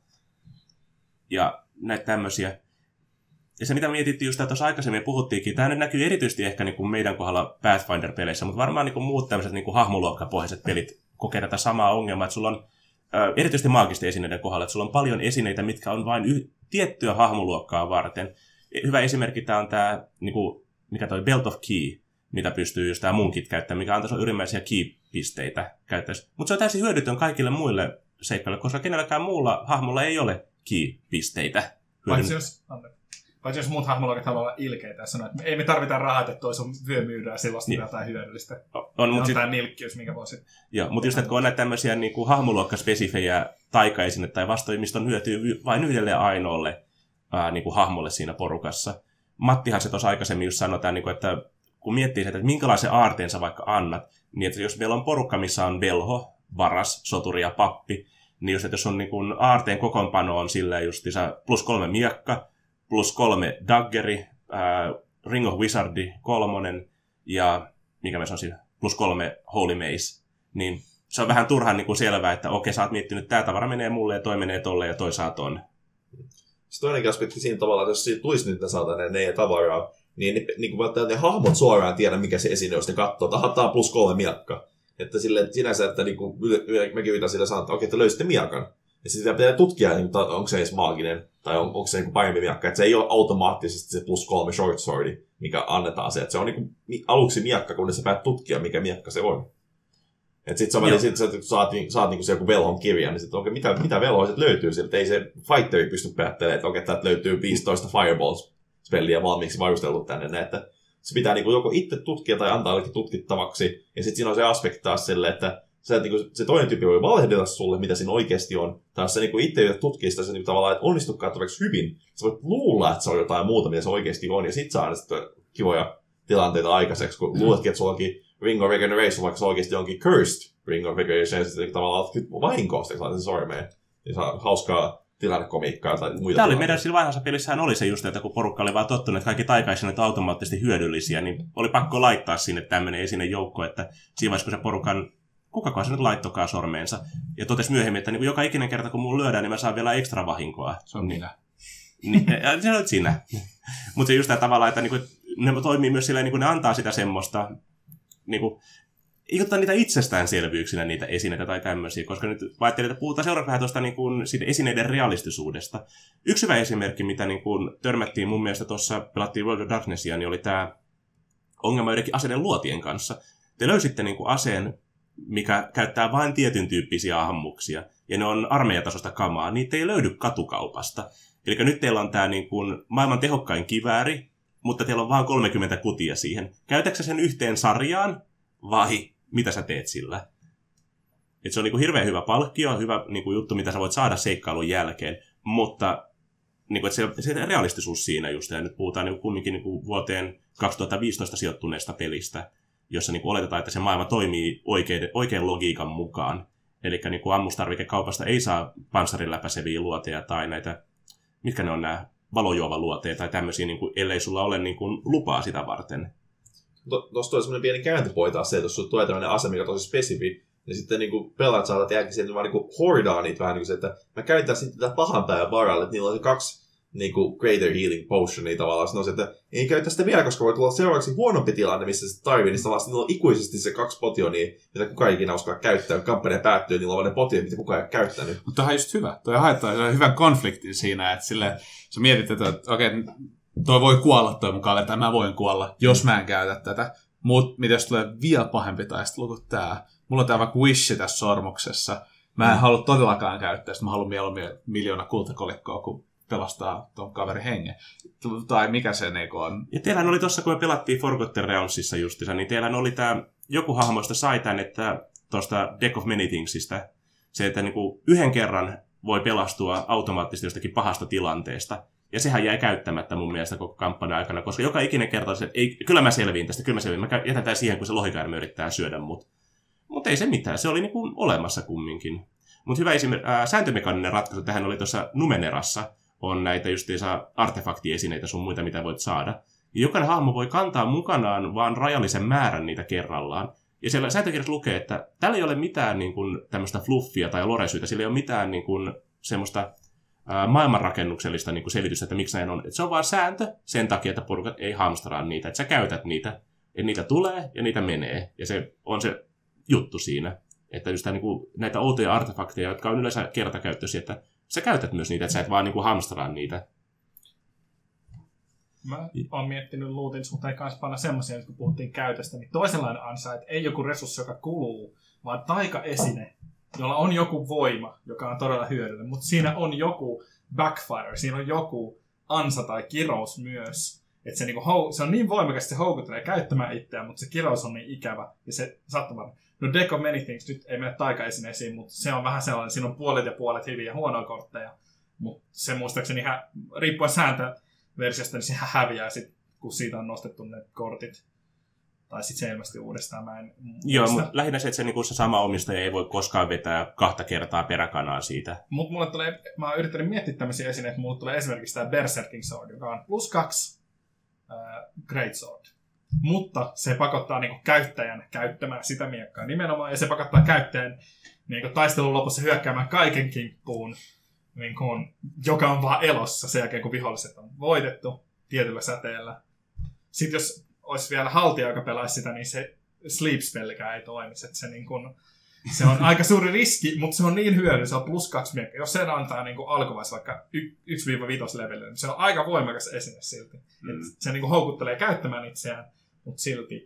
Ja näitä tämmöisiä. Ja se mitä mietittiin just, että tuossa aikaisemmin puhuttiinkin, tämä nyt näkyy erityisesti ehkä niin kuin meidän kohdalla Pathfinder-peleissä, mutta varmaan niin kuin muut tämmöiset niin kuin hahmoluokkapohjaiset pelit kokee tätä samaa ongelmaa, että sulla on äh, erityisesti maagisten esineiden kohdalla, että sulla on paljon esineitä, mitkä on vain yh- tiettyä hahmoluokkaa varten. Hyvä esimerkki tämä on tämä, niin kuin, mikä toi Belt of Key, mitä pystyy just tämä munkit käyttämään, mikä antaa sun ylimääräisiä key-pisteitä käyttäessä. Mutta se on täysin hyödytön kaikille muille seikkaille, koska kenelläkään muulla hahmolla ei ole key-pisteitä. Paitsi jos, paitsi jos muut hahmoluokat haluaa olla ilkeitä ja sanoa, että ei me tarvita rahaa, että toi sun vyö myydään silloin niin. Jotain hyödyllistä. On, on, on sit, tämä nilkkiys, mikä voisi... Joo, mutta just, että kun on näitä tämmöisiä niin kuin hahmoluokkaspesifejä taikaesine tai vastoimista on hyötyy vain yhdelle ainoalle ää, niin kuin hahmolle siinä porukassa. Mattihan se tuossa aikaisemmin just sanotaan, niin kuin, että kun miettii sitä, että minkälaisen aarteen sä vaikka annat, niin että jos meillä on porukka, missä on velho, varas, soturi ja pappi, niin just, että jos on niin kuin aarteen kokoonpano on silleen justiinsa plus kolme miekka, plus kolme daggeri, ää, Ring of Wizardi kolmonen ja mikä me on siinä, plus kolme Holy Mace, niin se on vähän turhan niin kuin selvää, että okei, sä oot miettinyt, että tää tavara menee mulle ja toi menee tolle ja toi saa ton. Sitten toinenkin aspekti siinä tavalla, että jos siitä tulisi nyt ne saatana ne tavaraa, niin ne, niin kuin ne hahmot suoraan tiedä, mikä se esine on, jos ne katsoo, että tämä on plus kolme miakka. Että silleen, sinänsä, että niin kuin, mekin yritän sille sanoa, että okei, että löysitte miakan. Ja sitten pitää tutkia, niin kuin, onko se edes maaginen, tai on, onko se niin kuin parempi miakka. Että se ei ole automaattisesti se plus kolme short swordi, mikä annetaan se. Että se on niin kuin, aluksi miakka, kunnes sä päät tutkia, mikä miakka se on. Että sitten sit, sit, sä saat, saat niin kuin se joku velhon kirja, niin sitten okei, mitä, mitä velhoa sitten löytyy sieltä. Ei se fighteri pysty päättelemään, että okei, täältä löytyy viisitoista fireballs-spelliä valmiiksi varustellut tänne. Että se pitää niin kuin joko itse tutkia tai antaa jollekin tutkittavaksi. Ja sitten siinä on se aspekti taas silleen, että se, että niin se toinen tyyppi voi valehdella sulle, mitä siinä oikeasti on. Tai jos sä niin itse yrität tutkia sitä, se niin tavallaan, että onnistukaan tarpeeksi hyvin, sä voit luulla, että se on jotain muuta, mitä se oikeasti on. Ja sit saa sitten kivoja tilanteita aikaiseksi, kun mm. luuletkin, että sulla onkin Ring of Regeneration, vaikka se oikeasti onkin Cursed Ring of Regeneration, ja sitten tavallaan vahinkoista, kun sen sormeen. Niin saa hauskaa tilannekomiikkaa tai muita. Tämä oli meidän sillä vanhassa pelissähän oli se just, että kun porukka oli vaan tottunut, että kaikki taikaisineet on automaattisesti hyödyllisiä, niin oli pakko laittaa sinne tämmöinen esine joukko, että siinä vaiheessa, kun se porukan kukakaan se nyt laittokaa sormeensa. Ja totesi myöhemmin, että niin joka ikinen kerta, kun mun lyödään, niin mä saan vielä ekstra vahinkoa. Se on minä. Niin, se on sinä. Mutta se just tämä tavalla, että niinku, ne toimii myös silleen, niin ne antaa sitä semmoista, niinku, ei ottaa niitä itsestäänselvyyksinä niitä esineitä tai tämmöisiä, koska nyt ajattelin, että puhutaan seuraavaksi vähän tuosta niin kuin, siitä esineiden realistisuudesta. Yksi hyvä esimerkki, mitä niin kuin, törmättiin mun mielestä tuossa, pelattiin World of Darknessia, niin oli tämä ongelma joidenkin aseiden luotien kanssa. Te löysitte niin kuin, aseen, mikä käyttää vain tietyn tyyppisiä ammuksia, ja ne on armeijatasosta kamaa, niitä ei löydy katukaupasta. Eli nyt teillä on tämä niin kuin, maailman tehokkain kivääri, mutta teillä on vain kolmekymmentä kutia siihen. Käytätkö sen yhteen sarjaan, vai mitä sä teet sillä? Et se on niin kuin hirveän hyvä palkkio, hyvä niin kuin juttu, mitä sä voit saada seikkailun jälkeen, mutta niin kuin, että se, se realistisuus siinä just, ja nyt puhutaan niin kuin kumminkin niin kuin vuoteen kaksituhattaviisitoista sijoittuneesta pelistä, jossa niin kuin oletetaan, että se maailma toimii oikein, oikein logiikan mukaan. Eli niin kuin ammustarvikekaupasta ei saa panssarin läpäiseviä luoteja tai näitä, mitkä ne on nämä valojuovaluoteja tai tämmöisiä, niin kuin, ellei sulla ole niin kuin lupaa sitä varten. Tuosta on semmoinen pieni kääntöpoi taas se, että jos sulla tulee tämmöinen ase, mikä on tosi spesifi, niin sitten niin pelaat saatat jälkeen sieltä vaan niin hoidaa niitä vähän niin kuin se, että mä käytän sitten tätä pahan päivän varalle, että niillä on kaksi niin kuin greater healing potionia tavallaan. Sitten on se, että ei käytä sitä vielä, koska voi tulla seuraavaksi huonompi tilanne, missä se tarvii, niin tavallaan niillä on ikuisesti se kaksi potionia, mitä kukaan ikinä uskaa käyttää. Kun kampanja päättyy, niillä on ne potionit, mitä kukaan ei ole käyttänyt. Mutta tämä on just hyvä. Toi haittaa hyvän konfliktin siinä, että sille, sä mietit, että okei, okay, toi voi kuolla toi mukaan, että mä voin kuolla, jos mä en käytä tätä. Mutta mitä jos tulee vielä pahempi taistelu kuin tää? Mulla on tää vaikka Wish tässä sormuksessa. Mä en mm. halua todellakaan käyttää sitä. Mä haluan mieluummin miljoona kultakolikkoa, kun pelastaa ton kaverin hengen. Tai mikä se niinku on. Ja teillähän oli tossa, kun me pelattiin Forgotten Realmsissa justiinsa, niin teillähän oli tää joku hahmoista sai tämän, että tuosta Deck of Many Thingsista, se, että niin kuin yhden kerran voi pelastua automaattisesti jostakin pahasta tilanteesta. Ja sehän jäi käyttämättä mun mielestä koko kampanjan aikana, koska joka ikinen kerta on se, että ei, kyllä mä selviin tästä, kyllä mä selviin. Mä jätetään siihen, kun se lohikäärme yrittää syödä mut. Mutta ei se mitään, se oli niin kuin olemassa kumminkin. Mutta hyvä esimerkki, äh, sääntömekaninen ratkaisu tähän oli tuossa Numenerassa, on näitä justiinsa artefaktiesineitä sun muita, mitä voit saada. Ja jokainen hahmo voi kantaa mukanaan vaan rajallisen määrän niitä kerrallaan. Ja siellä sääntökirjassa lukee, että täällä ei ole mitään niin kuin, tämmöistä fluffia tai loresyitä, sillä ei ole mitään niin kuin, semmoista ää, maailmanrakennuksellista niin kuin selitystä, että miksi näin on. Et se on vaan sääntö sen takia, että porukat ei hamstraa niitä, että sä käytät niitä, että niitä tulee ja niitä menee. Ja se on se juttu siinä, että just tämän, niin kuin, näitä outoja artefakteja, jotka on yleensä kertakäyttöisiä, että sä käytät myös niitä, että sä et vaan niin kuin hamstraa niitä. Mä oon miettinyt lootin suhteen kanssa panna semmoisia, kun puhuttiin käytöstä, niin toisenlainen ansa, että ei joku resurssi, joka kuluu, vaan taikaesine, jolla on joku voima, joka on todella hyödyllinen, mutta siinä on joku backfire, siinä on joku ansa tai kirous myös. Että se, niinku, se on niin voimakas, että se houkuttelee käyttämään itseään, mutta se kirous on niin ikävä ja se sattumaa. No Deck of Many Things nyt ei mene taikaesineisiin, mutta se on vähän sellainen, siinä on puolet ja puolet hyviä ja huonoja kortteja, mutta se muistaakseni hä- riippuen sääntö versiosta, niin sehän häviää, sit, kun siitä on nostettu ne kortit. Tai sitten se ilmeisesti uudestaan, mä en muista. Joo, mutta lähinnä se, että se, niin se sama omistaja ei voi koskaan vetää kahta kertaa peräkanaa siitä. Mut mulle tulee, mä oon yrittänyt miettiä tämmöisiä esineitä, mulle tulee esimerkiksi tämä Berserking Sword, joka on plus kaksi äh, Great Sword. Mutta se pakottaa niinku käyttäjän käyttämään sitä miekkaa nimenomaan, ja se pakottaa käyttäjän niinku taistelun lopussa hyökkäämään kaiken kimppuun, niin kun, joka on vaan elossa sen jälkeen, kun viholliset on voitettu tietyllä säteellä. Sitten jos olisi vielä haltija, joka pelaisi sitä, niin se sleep spellikään ei toimisi. Se, niin kun, se on aika suuri riski, mutta se on niin hyödyllinen, se on plus kaksi miekkaa. Jos sen antaa niin alkuvaiheessa vaikka yksi viisi levelille, niin se on aika voimakas esine silti. Mm. Se niin houkuttelee käyttämään itseään, mutta silti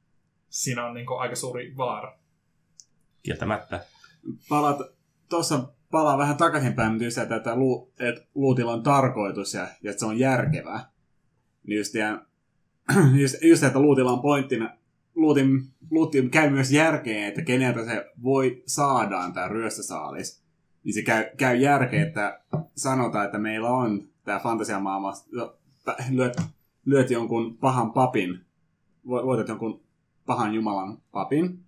siinä on niin aika suuri vaara. Kieltämättä. Palat, tuossa palaa vähän takaisinpäin, mutta just, että, että lootilla on tarkoitus ja, ja että se on järkevää. Niin just, ja, just, just että lootilla on pointtina, lootin, lootin käy myös järkeen, että keneltä se voi saadaan tämä ryöstösaalis. Niin se käy, käy järkeen, että sanotaan, että meillä on tämä fantasiamaailma, lyöt, lyöt jonkun pahan papin, voitat jonkun pahan jumalan papin,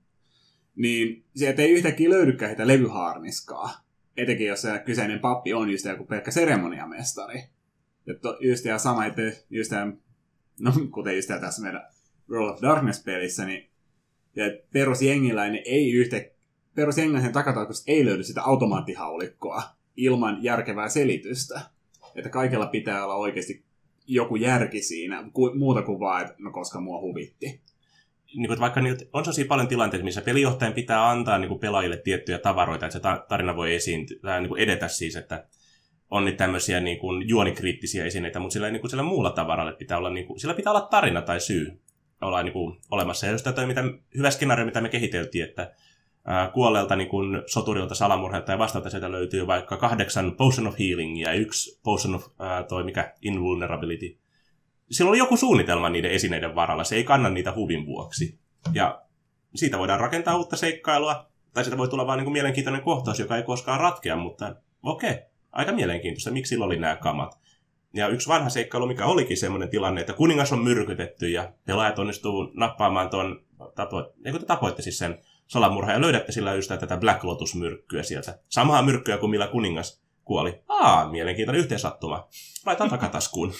niin sieltä ei yhtäkkiä löydykään sitä levyhaarniskaa. Etenkin jos se kyseinen pappi on just joku pelkkä seremoniamestari. Ja to, just ja sama, että just ja, no kuten just tässä meidän World of Darkness-pelissä, niin perusjengiläinen ei yhtä, perusjengiläisen takatarkoituksesta ei löydy sitä automaattihaulikkoa ilman järkevää selitystä. Että kaikella pitää olla oikeasti joku järki siinä, muuta kuin vaan, että no koska mua huvitti. Niin kuin, vaikka niitä on sellaisia paljon tilanteita, missä pelijohtajan pitää antaa niin kuin pelaajille tiettyjä tavaroita, että se tarina voi esiintyä, niin kuin edetä siis, että on niitä tämmöisiä niin kuin juonikriittisiä esineitä, mutta sillä, niin kuin sillä muulla tavaralla pitää olla, niin kuin, sillä pitää olla tarina tai syy olla niin kuin olemassa. Ja just toi mitä, hyvä skenaario, mitä me kehiteltiin, että ää, kuolleelta niin kuin soturilta, salamurheelta ja vastaalta sieltä löytyy vaikka kahdeksan Potion of Healing ja yksi Potion of ää, toi mikä Invulnerability. Sillä oli joku suunnitelma niiden esineiden varalla, se ei kanna niitä huvin vuoksi. Ja siitä voidaan rakentaa uutta seikkailua, tai siitä voi tulla vaan niin kuin mielenkiintoinen kohtaus, joka ei koskaan ratkea, mutta okei, okay, aika mielenkiintoista, miksi sillä oli nämä kamat. Ja yksi vanha seikkailu, mikä olikin semmoinen tilanne, että kuningas on myrkytetty ja pelaajat onnistuu nappaamaan tuon, tapo, eikö te tapoitte siis sen salamurhan ja löydätte sillä just tätä Black Lotus-myrkkyä sieltä. Samaa myrkkyä kuin millä kuningas kuoli. Aa, mielenkiintoinen yhteensattuma. Laitan takataskuun.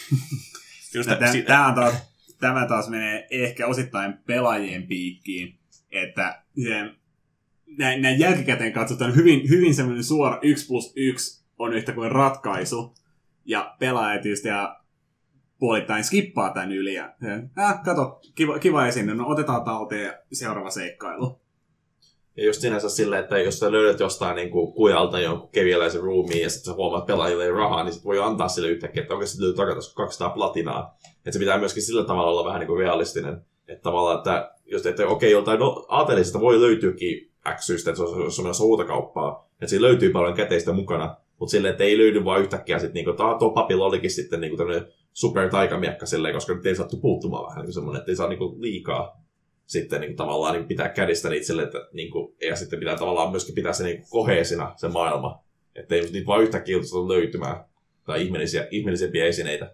Tämä, on taas, tämä taas menee ehkä osittain pelaajien piikkiin, että näin, näin jälkikäteen katsotaan hyvin, hyvin semmoinen suora yksi plus yksi on yhtä kuin ratkaisu, ja pelaajat just ja puolittain skippaa tämän yli, ja äh, kato, kiva, kiva esine, no otetaan talteen seuraava seikkailu. Ja just sinänsä silleen, että jos sä löydät jostain niin kuin kujalta jonkun keviäläisen roomiin ja sitten sä huomaat, että pelaajille ei rahaa, niin sit voi antaa sille yhtäkkiä, että oikeasti löytyy takaisin kaksisataa platinaa. Että se pitää myöskin sillä tavalla olla vähän niin kuin realistinen. Että tavallaan, että jos että okei, okay, joltain no, aatelisesta voi löytyykin X-syistä, että se on, se on menossa huutokauppaa. Että siinä löytyy paljon käteistä mukana, mutta silleen, että ei löydy vaan yhtäkkiä sitten, niin kuin, että tuo papilla olikin sitten niin kuin tämmöinen super taikamiekka silleen, koska nyt ei saattu puuttumaan vähän niin kuin semmoinen, että ei saa niin kuin liikaa sitten niin kuin, tavallaan niin pitää kädistä niitä sille, että niin kuin, ja sitten pitää tavallaan myöskin pitää se niin koheesina, se maailma. Että ei niitä vaan yhtäkkiä löytymään tai ihmeellisiä, ihmeellisempiä esineitä.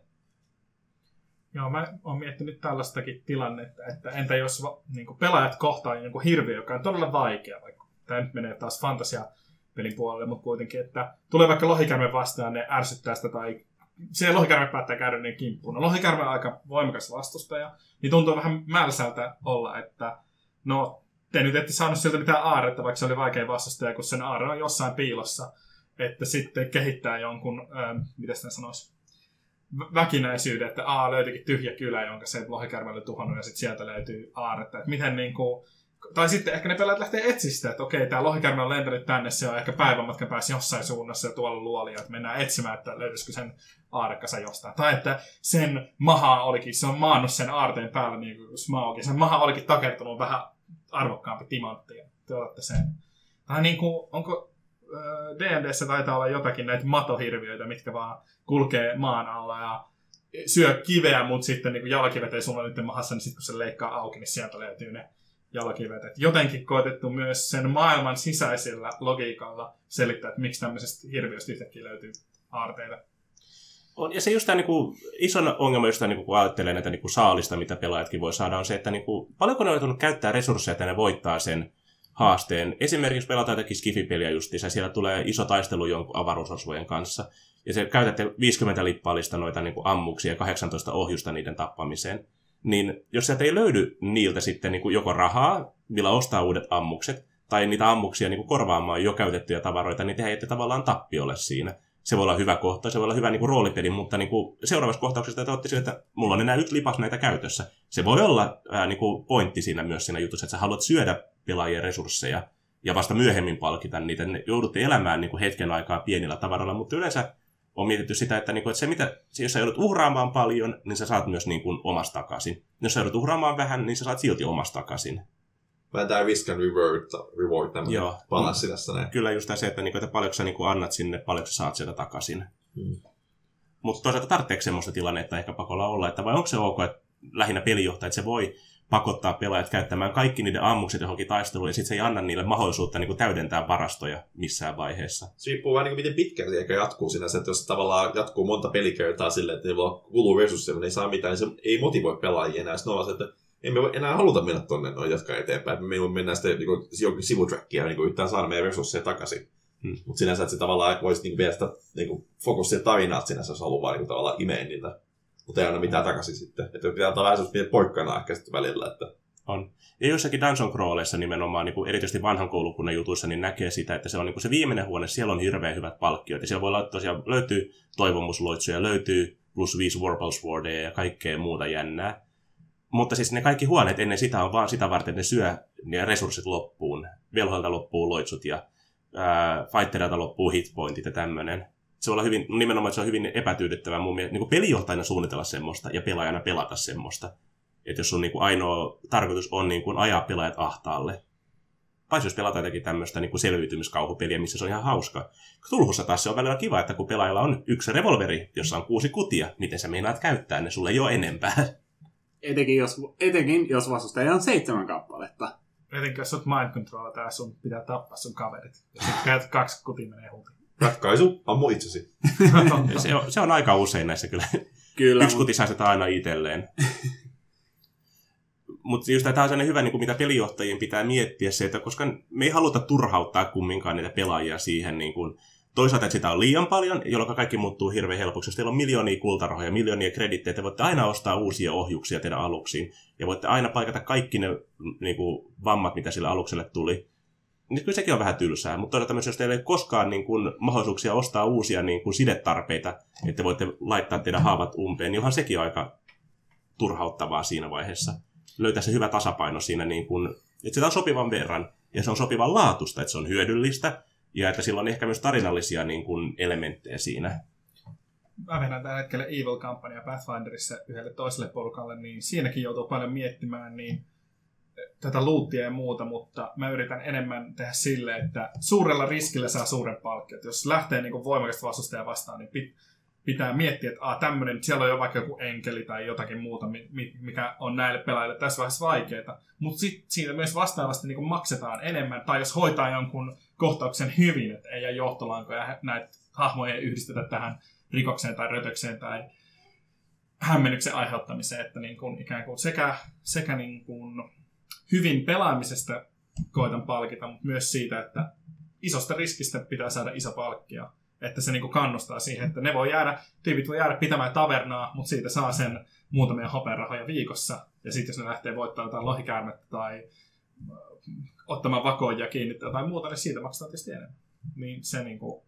Joo, mä oon miettinyt tällaistakin tilannetta, että entä jos niin kuin pelaajat kohtaa jonkun hirviö, joka on todella vaikea, vaikka tämä nyt menee taas fantasia-pelin puolelle, mutta kuitenkin, että tulee vaikka lohikärme vastaan, ne ärsyttää sitä, tai se lohikärme päättää käydä niin kimppuun. No lohikärme on aika voimakas vastustaja, niin tuntuu vähän mälsältä olla, että no, te nyt ette saanut siltä mitään aaretta, vaikka se oli vaikea vastustaja, kun sen aare on jossain piilossa, että sitten kehittää jonkun, ähm, miten sitä sanoisi, väkinäisyyden, että A löytyikin tyhjä kylä, jonka se lohikärme oli tuhannut, ja sitten sieltä löytyy aaretta. Että miten niinku, tai sitten ehkä ne pelaajat lähtee etsiä sitä, että okei, tämä lohikärme on lentänyt tänne, se on ehkä päivänmatkan päässä jossain suunnassa ja tuolla luolia, että mennään etsimään, että löytyisikö sen aarekasa jostain. Tai että sen maha olikin, se on maannut sen aarteen päällä, niin kuin Smaugin. Sen maha olikin takertunut vähän arvokkaampi timantti, ja te otatte sen. Tai niinku, onko D and D:ssä taitaa olla jotakin näitä matohirviöitä, mitkä vaan kulkee maan alla ja syö kiveä, mutta sitten niin jalakivet ei sulla nyt mahassa, niin sitten kun se leikkaa auki, niin sieltä löytyy ne jalakivet. Et jotenkin koetettu myös sen maailman sisäisellä logiikalla selittää, että miksi tämmöisestä hirviöstä yhtäkkiä löytyy aarteita. On, ja se just tämä niinku, ison ongelma, josta niinku, kun ajattelee näitä niinku, saalista, mitä pelaajatkin voi saada, on se, että niinku, paljonko ne on joutunut käyttää resursseja, että ne voittaa sen haasteen. Esimerkiksi pelataan jotakin skifipeliä justiinsa, siellä tulee iso taistelu jonkun avaruusosvojen kanssa, ja se käytätte viisikymmentä lippaalista noita niin kuin ammuksia ja kahdeksantoista ohjusta niiden tappamiseen. Niin jos sieltä ei löydy niiltä sitten niin kuin joko rahaa, millä ostaa uudet ammukset, tai niitä ammuksia niin kuin korvaamaan jo käytettyjä tavaroita, niin tehän ette tavallaan tappiolle siinä. Se voi olla hyvä kohta, se voi olla hyvä niin kuin roolipeli, mutta niin kuin seuraavassa kohtauksessa te olette sille, että mulla on enää yksi lipas näitä käytössä. Se voi olla ää, niin kuin pointti siinä myös siinä jutussa, että sä haluat syödä pelaajien resursseja ja vasta myöhemmin palkita niitä. Ne joudutte elämään niin kuin hetken aikaa pienillä tavaroilla, mutta yleensä on mietitty sitä, että, niin kuin, että se, mitä, jos sä joudut uhraamaan paljon, niin sä saat myös niin kuin omasta takaisin. Jos sä joudut uhraamaan vähän, niin sä saat silti omasta takaisin. Vähän tämä risk and reward, reward tämmöinen balanssi tässä näin. Kyllä just se, että, niin kuin, että paljonko sä niin kuin annat sinne, paljonko sä saat sieltä takaisin. Hmm. Mutta toisaalta tarvitseeko semmoista tilannetta ehkä pakolla olla, että vai onko se ok, että lähinnä pelijohtaja, että se voi pakottaa pelaajat käyttämään kaikki niiden ammukset johonkin taisteluun, ja sitten se ei anna niille mahdollisuutta niin kuin täydentää varastoja missään vaiheessa. Se riippuu vähän niin kuin miten pitkään se ehkä jatkuu sinänsä, että jos se tavallaan jatkuu monta pelikertaa silleen, että niillä kuluu resursseja, mutta ne ei saa mitään, niin se ei motivoi pelaajia enää. Sitten on että emme enää haluta mennä tuonne noin jatkaa eteenpäin. Me mennään sitten niin jonkin sivutrackia ja niin yritetään saada meidän resursseja takaisin. Hmm. Mutta sinänsä, että se tavallaan voisi niin viedä sitä niin fokussia tarinaa, että sinänsä jos haluaa vaan niin tavallaan imea niitä. Mutta ei aina mitään takaisin sitten. Että pitää antaa vähän sellaista poikkana ehkä sitten välillä. Että on. Ja jossakin Dungeon Crawleissa nimenomaan, niin kuin erityisesti vanhan koulukunnan jutuissa, niin näkee sitä, että se on niin kuin se viimeinen huone, siellä on hirveän hyvät palkkiot. Ja siellä voi olla tosiaan, löytyy toivomusloitsuja, löytyy plus viisi Warpal Swordia ja kaikkea muuta jännää. Mutta siis ne kaikki huoneet ennen sitä on vaan sitä varten, että ne syö ne resurssit loppuun. Velhoilta loppuu loitsut ja ää, fighterilta loppuu hitpointit ja tämmöinen. Se voi olla hyvin, nimenomaan se on hyvin epätyydyttävää mun mielestä, niin kuin pelijohtajana suunnitella semmoista ja pelaajana pelata semmoista. Että jos sun niin kuin ainoa tarkoitus on niin kuin ajaa pelaajat ahtaalle. Paitsi jos pelataan jotakin tämmöistä niin kuin selviytymiskauhupeliä, missä se on ihan hauska. Tulhussa taas se on välillä kiva, että kun pelaajalla on yksi revolveri, jossa on kuusi kutia, miten sä meinaat käyttää ne, sulle ei ole enempää. Etenkin jos, etenkin jos vastustaja on seitsemän kappaletta. Etenkin jos olet mind control tää sun pitää tappaa sun kaverit. Jos käytät kaksi kutia menee huutiin. Ratkaisu, ammu itsesi. se, on, se on aika usein näissä kyllä. Kyllä Yksi kuti säästetään aina itselleen. Mutta just tämä on sellainen hyvä, niin kuin mitä pelijohtajien pitää miettiä se, että koska me ei haluta turhauttaa kumminkaan niitä pelaajia siihen, niin kuin, toisaalta, että sitä on liian paljon, jolloin kaikki muuttuu hirveän helpoksi. Jos teillä on miljoonia kultarahoja, miljoonia kredittejä, te voitte aina ostaa uusia ohjuksia teidän aluksiin, ja voitte aina paikata kaikki ne niin kuin, vammat, mitä sillä alukselle tuli. Niin kyllä sekin on vähän tylsää, mutta toisaalta myös, jos teillä ei koskaan niin kuin, mahdollisuuksia ostaa uusia niin kuin, sidetarpeita, että voitte laittaa teidän haavat umpeen, niin onhan sekin aika turhauttavaa siinä vaiheessa. Löytää se hyvä tasapaino siinä, niin kuin, että sitä on sopivan verran, ja se on sopivan laatusta, että se on hyödyllistä, ja että sillä on ehkä myös tarinallisia niin kuin, elementtejä siinä. Mä vedän tällä hetkellä Evil-kampanja Pathfinderissa yhdelle toiselle porukalle, niin siinäkin joutuu paljon miettimään niin tätä lootia ja muuta, mutta mä yritän enemmän tehdä silleen, että suurella riskillä saa suuren palkkiot. Jos lähtee niin kuin voimakasta vastustajaa vastaan, niin pit, pitää miettiä, että ah, tämmöinen, siellä on jo vaikka joku enkeli tai jotakin muuta, mikä on näille pelaajille tässä vaiheessa vaikeaa. Mutta sitten siinä myös vastaavasti niin maksetaan enemmän, tai jos hoitaa jonkun kohtauksen hyvin, että ei jää johtolankoja, näitä hahmoja ei yhdistetä tähän rikokseen tai rötökseen tai hämmennyksen aiheuttamiseen, että niin kuin ikään kuin sekä, sekä niin kuin hyvin pelaamisesta koitan palkita, mutta myös siitä, että isosta riskistä pitää saada iso palkkio. Että se niinku kannustaa siihen, että ne voi jäädä, tyypit voi jäädä pitämään tavernaa, mutta siitä saa sen muutamia hopearahoja viikossa. Ja sitten jos ne lähtee voittamaan jotain lohikäärmettä tai ottamaan vakoja kiinni tai jotain muuta, niin siitä maksetaan tietysti enemmän. Niin se niinku...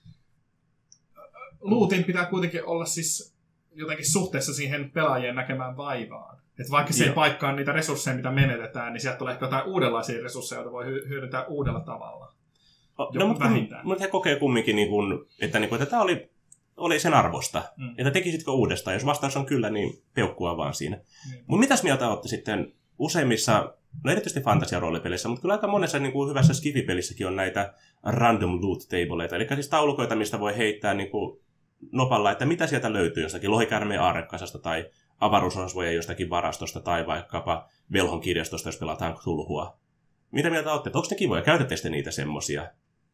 Lootin pitää kuitenkin olla siis jotenkin suhteessa siihen pelaajien näkemään vaivaan. Että vaikka se ei paikkaa niitä resursseja, mitä menetetään, niin sieltä tulee ehkä jotain uudenlaisia resursseja, joita voi hyödyntää uudella tavalla. No, mutta, mutta he kokee kumminkin, niin kuin, että, niin kuin, että tämä oli, oli sen arvosta. Mm. Että tekisitkö uudestaan? Jos vastaus on kyllä, niin peukkua vaan siinä. Mm. Mutta mitäs mieltä olette sitten useimmissa, no erityisesti fantasia-roolipeleissä, mutta kyllä aika monessa niin kuin hyvässä skifi-pelissäkin on näitä random loot tableita, eli siis taulukoita, mistä voi heittää niin kuin nopalla, että mitä sieltä löytyy jostakin lohikäärmeen aarrekasasta tai avaruusrosvojen jostakin varastosta tai vaikkapa velhon kirjastosta, jos pelataan Cthulhua. Mitä mieltä olette? Onko ne kivoja? Käytätte sitten niitä semmosia?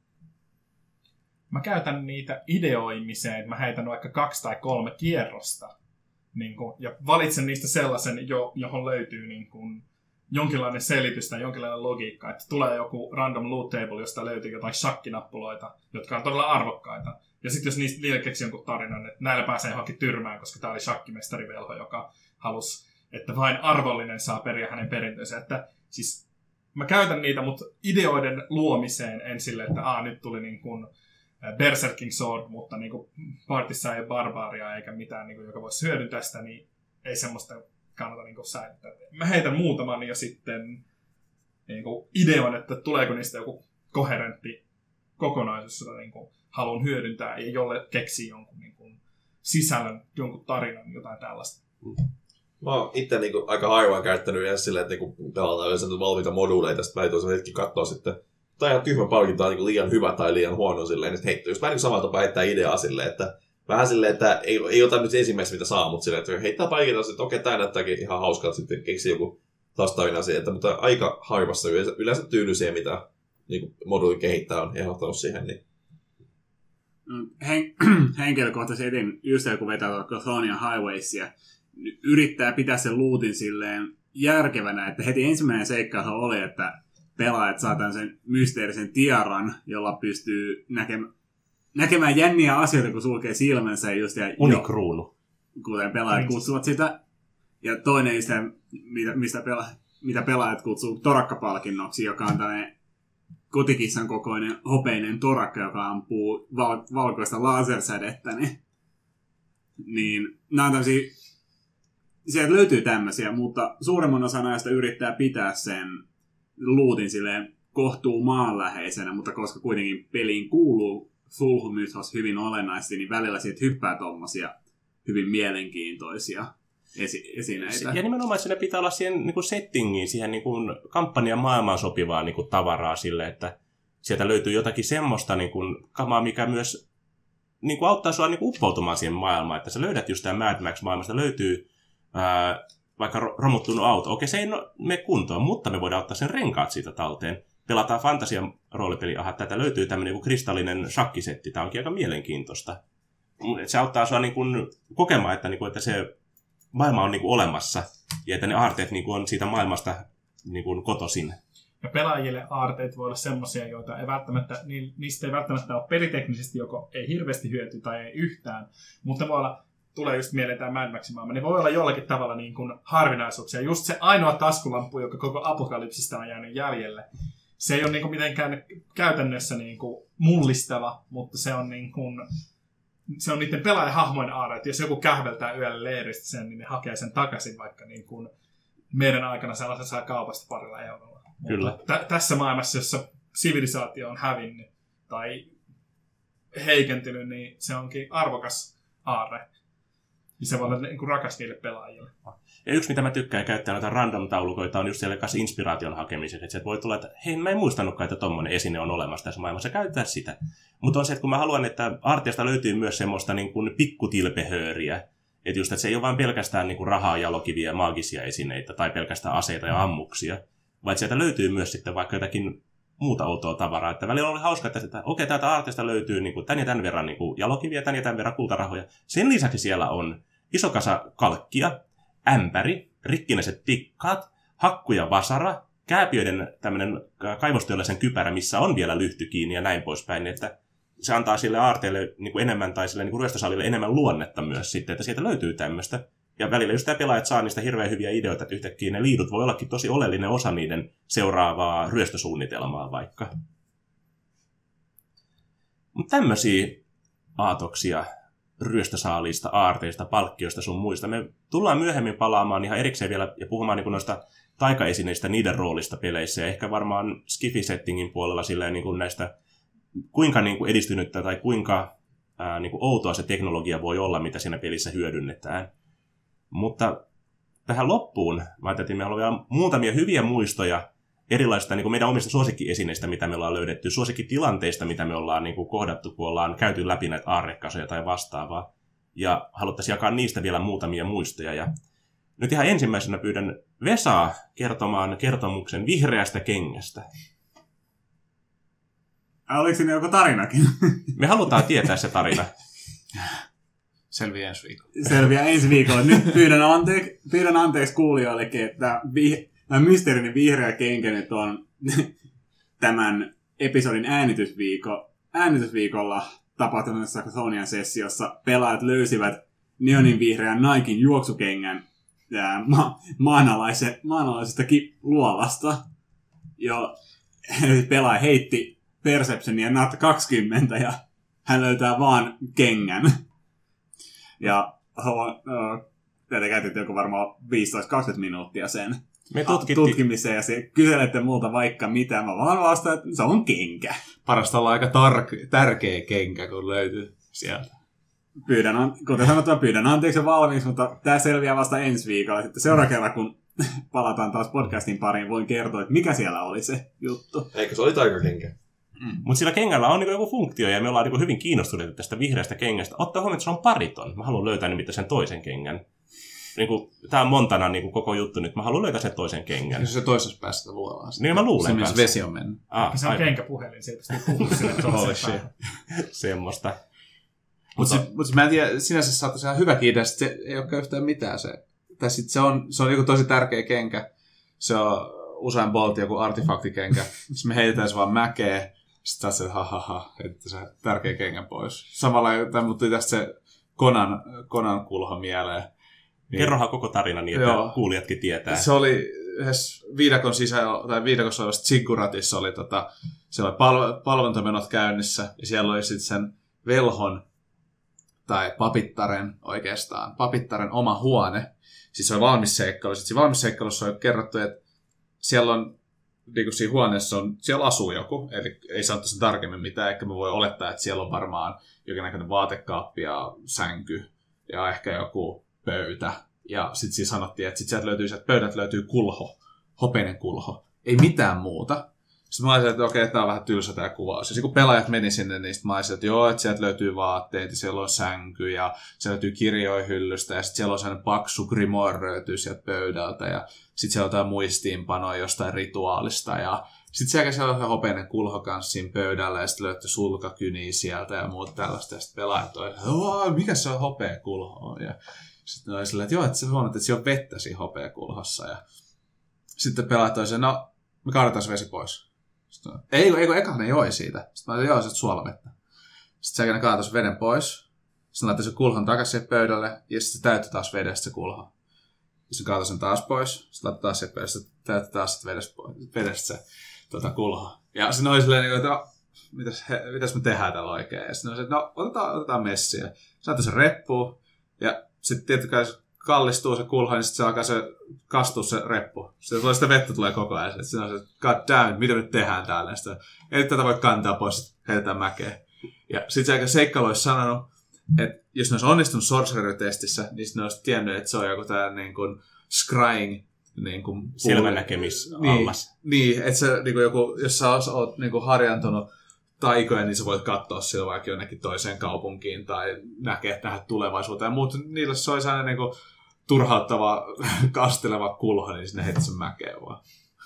Mä käytän niitä ideoimiseen. Mä heitän vaikka kaksi tai kolme kierrosta. Niin kun, ja valitsen niistä sellaisen, jo, johon löytyy niin kun, jonkinlainen selitys tai jonkinlainen logiikka. Että tulee joku random loot table, josta löytyy jotain shakkinappuloita, jotka on todella arvokkaita. Ja sitten jos niistä niille keksi jonkun tarinan, että näillä pääsee johonkin tyrmään, koska tää oli shakkimestarivelho, joka halusi, että vain arvollinen saa periä hänen perintönsä. Että siis mä käytän niitä, mutta ideoiden luomiseen en sille, että aa, nyt tuli niin kuin Berserking Sword, mutta niin kuin partissa ei barbaaria eikä mitään, niin kuin, joka voisi hyödyntää sitä, niin ei semmoista kannata niin kuin säilyttää. Mä heitän muutaman ja sitten niin kuin ideoin, että tuleeko niistä joku koherentti kokonaisuus, jota niin kuin haluan hyödyntää, ja jolle keksii jonkun niin kuin sisällön, jonkun tarinan, jotain tällaista. Mä oon itse niinku aika harvoin käyttänyt ihan silleen, että niinku pelataan yleensä valmiita moduuleita, sitten mä ei toisen hetki katsoa sitten, tai ihan tyhmä palkinto on niinku liian hyvä tai liian huono silleen, niin heittää just vähän niin samalla tapaa heittää ideaa silleen, että vähän silleen, että ei, ei ota nyt ensimmäistä mitä saa, mutta silleen, että heittää palkintoa, että okei, tää näyttääkin ihan hauskaa, sitten keksii joku taustavina asia, että mutta aika harvassa yleensä, yleensä tyydy siihen, mitä niinku moduuli kehittää on ehdottanut siihen, niin Hen- henkilökohtaisesti etin just joku vetää tuolla Cthonian Highwaysia, yrittää pitää sen lootin silleen järkevänä, että heti ensimmäinen seikkailu oli, että pelaajat saa sen mysteerisen tiaran, jolla pystyy näkemään, näkemään jänniä asioita, kun sulkee silmänsä. Just ja Unikruunu. Kuten pelaajat kutsuvat sitä. Ja toinen sitä, mitä, mistä pela, mitä pelaajat kutsuu torakkapalkinnoksi, joka on tämmöinen kotikissan kokoinen hopeinen torakka, joka ampuu val- valkoista lasersädettä. Niin, niin nämä on tämmöisiä, sieltä löytyy tämmöisiä, mutta suuremman osa näistä yrittää pitää sen lootin silleen kohtuu maanläheisenä, mutta koska kuitenkin peliin kuuluu Cthulhu-mythos hyvin olennaisesti, niin välillä siitä hyppää tommosia hyvin mielenkiintoisia esi- esineitä. Ja nimenomaan siinä pitää olla siihen niin kuin settingiin, siihen niin kuin kampanjan maailmaan sopivaa niin kuin tavaraa sille, että sieltä löytyy jotakin semmoista niin kuin kamaa, mikä myös niin kuin auttaa sua niin kuin uppoutumaan siihen maailmaan, että sä löydät just tämän Mad Max-maailmasta, löytyy ää, vaikka romuttunut auto. Okei, se ei no, mene kuntoon, mutta me voidaan ottaa sen renkaat siitä talteen. Pelataan fantasian roolipeli. Aha, täältä löytyy tämmöinen niin kristallinen shakkisetti. Tämä onkin aika mielenkiintoista. Se auttaa sua niin kuin kokemaan, että, niin kuin, että se maailma on niin kuin olemassa ja että ne aarteet niin kuin on siitä maailmasta niin kuin kotoisin. Ja pelaajille aarteet voi olla semmoisia, joita ei välttämättä, niin, niistä ei välttämättä ole peliteknisesti joko ei hirveästi hyöty tai ei yhtään, mutta voi olla, tulee just mieleen tämä Mad Maxin maailma, niin voi olla jollakin tavalla niin kuin harvinaisuuksia. Just se ainoa taskulamppu, joka koko apokalypsista on jäänyt jäljelle, se ei ole niin kuin mitenkään käytännössä niin kuin mullistava, mutta se on, niin kuin, se on niiden pelaajahahmojen aarre, että jos joku kähveltää yöllä leiristä sen, niin ne hakee sen takaisin, vaikka niin kuin meidän aikana sellaisen saa kaupasta parilla eurolla. Kyllä. T- tässä maailmassa, jossa sivilisaatio on hävinnyt tai heikentynyt, niin se onkin arvokas aarre. Niin se voi olla niin kuin rakas niille pelaajille. Ja yksi, mitä mä tykkään käyttää noita random-taulukoita, on just siellä kanssa inspiraation hakemiseksi. Että voi tulla, että hei, mä en muistanutkaan, että tommonen esine on olemassa tässä maailmassa. Käytetään sitä. Mutta on se, että kun mä haluan, että Artiasta löytyy myös semmoista niin kuin pikkutilpehööriä. Että just, että se ei ole vain pelkästään niin kuin rahaa, jalokiviä ja maagisia esineitä tai pelkästään aseita ja ammuksia. Vaan sieltä löytyy myös sitten vaikka jotakin muuta outoa tavaraa. Että välillä oli hauska, että, että okei, täältä Artiasta löytyy niin kuin tän ja tän verran niin kuin jalokiviä, tän ja tän verran kultarahoja. Sen lisäksi siellä on iso kasa kalkkia, ämpäri, rikkinäiset tikkaat, hakku ja vasara, kääpiöiden tämmöinen kaivostyöläisen kypärä, missä on vielä lyhty kiinni ja näin poispäin, että se antaa sille aarteelle niin kuin enemmän tai sille niin kuin ryöstösalille enemmän luonnetta myös sitten, että sieltä löytyy tämmöistä. Ja välillä just tämä pelaajat saa niistä hirveän hyviä ideoita, että yhtäkkiä ne liidut voi ollakin tosi oleellinen osa niiden seuraavaa ryöstösuunnitelmaa vaikka. Mutta tämmöisiä aatoksia ryöstösaalista, aarteista, palkkioista sun muista. Me tullaan myöhemmin palaamaan ihan erikseen vielä ja puhumaan niin noista taikaesineistä, niiden roolista peleissä ja ehkä varmaan Skifi-settingin puolella silleen niin kuin näistä, kuinka niin kuin edistynyttä tai kuinka ää, niin kuin outoa se teknologia voi olla, mitä siinä pelissä hyödynnetään. Mutta tähän loppuun mä ajattelin, että meillä on vielä muutamia hyviä muistoja erilaisista niin kuin meidän omista suosikkiesineistä, mitä me ollaan löydetty, suosikkitilanteista, mitä me ollaan niin kuin kohdattu, kun ollaan käyty läpi näitä aarrekasoja tai vastaavaa. Ja haluttaisiin jakaa niistä vielä muutamia muistoja. Ja nyt ihan ensimmäisenä pyydän Vesaa kertomaan kertomuksen vihreästä kengästä. Oliko siinä joku tarinakin? Me halutaan tietää se tarina. Selviää ensi viikolla. Selviää ensi viikolla. Nyt pyydän anteeksi, pyydän anteeksi kuulijoillekin, että vi, mysteerinen vihreä kenkä nyt on tämän episodin äänitysviiko, äänitysviikolla tapahtuneessa Sonyan sessiossa pelaajat löysivät neonin vihreän Niken juoksukengän ma- maanalaise, maanalaisesta ki- luolasta. Jo pelaaja heitti Perceptionia Nat kaksikymmentä ja hän löytää vaan kengän. Ja teitä käytitte joku varmaan viisitoista kaksikymmentä minuuttia sen Me tutkimiseen ja se kyselette multa vaikka mitä. Mä vaan vastaan, että se on kenkä. Parasta olla aika tar- tärkeä kenkä, kun löytyy sieltä. Pyydän, kuten sanottua, pyydän anteeksi valmiiksi, mutta tämä selviää vasta ensi viikolla. Sitten seuraava kerran, kun palataan taas podcastin pariin, voin kertoa, että mikä siellä oli se juttu. Eikö se oli taikakenkä? Mm. Mutta sillä kengällä on niinku joku funktio ja me ollaan niinku hyvin kiinnostuneita tästä vihreästä kengästä. Ottaa huomioon, että se on pariton. Mä haluan löytää nimittäin sen toisen kengän. Niinku, tää on Montana niinku koko juttu nyt. Mä haluan löytää sen toisen kengän. Ja se toisessa päässä luolaa. Niin mä luulen se, missä vesi on mennyt. Ah, se on aivan kenkäpuhelin, se ei pysty puhumaan sille. Semmoista. Mutta mut, mut mä en tiedä, sinänsä saattaisi ihan hyväkin idea, se ei olekaan yhtään mitään. Se, tai sit se on, se on joku tosi tärkeä kenkä. Se on usein bolti joku artefaktikenkä. Sitten me heitetään se vaan mäkeä. Sitten taas se, ha ha ha, heitetään se tärkeä kengän pois. Samalla mutta tuli tästä se Konan, Konan kulho mieleen. Niin, kerrohan koko tarina niin, että joo, kuulijatkin tietää. Se oli yhdessä viidakon sisällä, tai viidakossa olevassa Zigguratissa oli, tota, siellä oli pal- palvontomenot käynnissä, ja siellä oli sitten sen velhon, tai papittaren oikeastaan, papittaren oma huone. Siis se oli valmisseikkailu. Sitten siinä valmisseikkailussa on kerrottu, että siellä on, niin kuin siinä huoneessa on, siellä asuu joku, eli ei sanottu sen tarkemmin mitään, ehkä me voi olettaa, että siellä on varmaan jonkinnäköinen vaatekaappi ja sänky, ja ehkä joku pöytä. Ja sitten siinä sanottiin, että sit sieltä löytyy, sieltä pöydät löytyy kulho, hopeinen kulho. Ei mitään muuta. Sitten mä ajattelin, että okei, okay, tämä on vähän tylsä tämä kuvaus. Ja sitten kun pelaajat meni sinne, niin sitten mä ajattelin, että joo, että sieltä löytyy vaatteita, siellä on sänky ja siellä löytyy kirjoja hyllystä ja sitten siellä on sellainen paksu grimoire löytyy sieltä pöydältä ja sitten siellä on jotain muistiinpanoja jostain rituaalista ja sitten siellä on se hopeinen kulho kanssa siinä pöydällä ja sitten löytyy sulkakyniä sieltä ja muuta tällaista ja sitten pelaajat on, mikä se on hopea kulho? Ja sitten oli silleen, että joo, että se huomaat, että siellä on vettä siinä hopea kulhossa ja sitten pelaajat oli se, no me kaadetaan se vesi pois. Sitten, ei, ei, kun eka ne joi siitä. Sitten mä olin, joo, se on suolavettä. Sitten se kaatoi veden pois. Sitten laittoi se kulhon takaisin siihen pöydälle. Ja sitten se täyttyi taas vedestä se kulho. Sitten kaatoi sen taas pois. Sitten laittoi taas siihen pöydälle. Sitten täyttyi taas vedestä, vedestä se tota, kulho. Ja sitten oli silleen, että no, mitäs, he, mitäs me tehdään tällä oikein. Ja sitten oli silleen, no otetaan, otetaan messiä. Sitten laittoi se reppuun. Ja sitten tietenkään kallistuu se kulho, niin sitten se alkaa se kastua se reppu. Sitten tulee sitä vettä tulee koko ajan. Sitten on se, god damn, mitä nyt tehdään täällä. Sitten, ei tätä voi kantaa pois, heitetään mäkeä. Ja sitten se aika seikkailu olisi sanonut, että jos ne olisi onnistunut Sorcerer-testissä, niin ne olisi tiennyt, että se on joku tää niin kuin scrying niin kuin silmännäkemisallas. Niin, niin, että se niin kuin joku, jos sä oot niin kuin harjantunut taikoja, niin sä voit katsoa sillä vaikka jonnekin toiseen kaupunkiin tai näkee nähdä tulevaisuuteen. Mutta niillä se olisi aina niin kuin turhauttava, kasteleva kulho, niin sinne heti sen mäkeen vaan.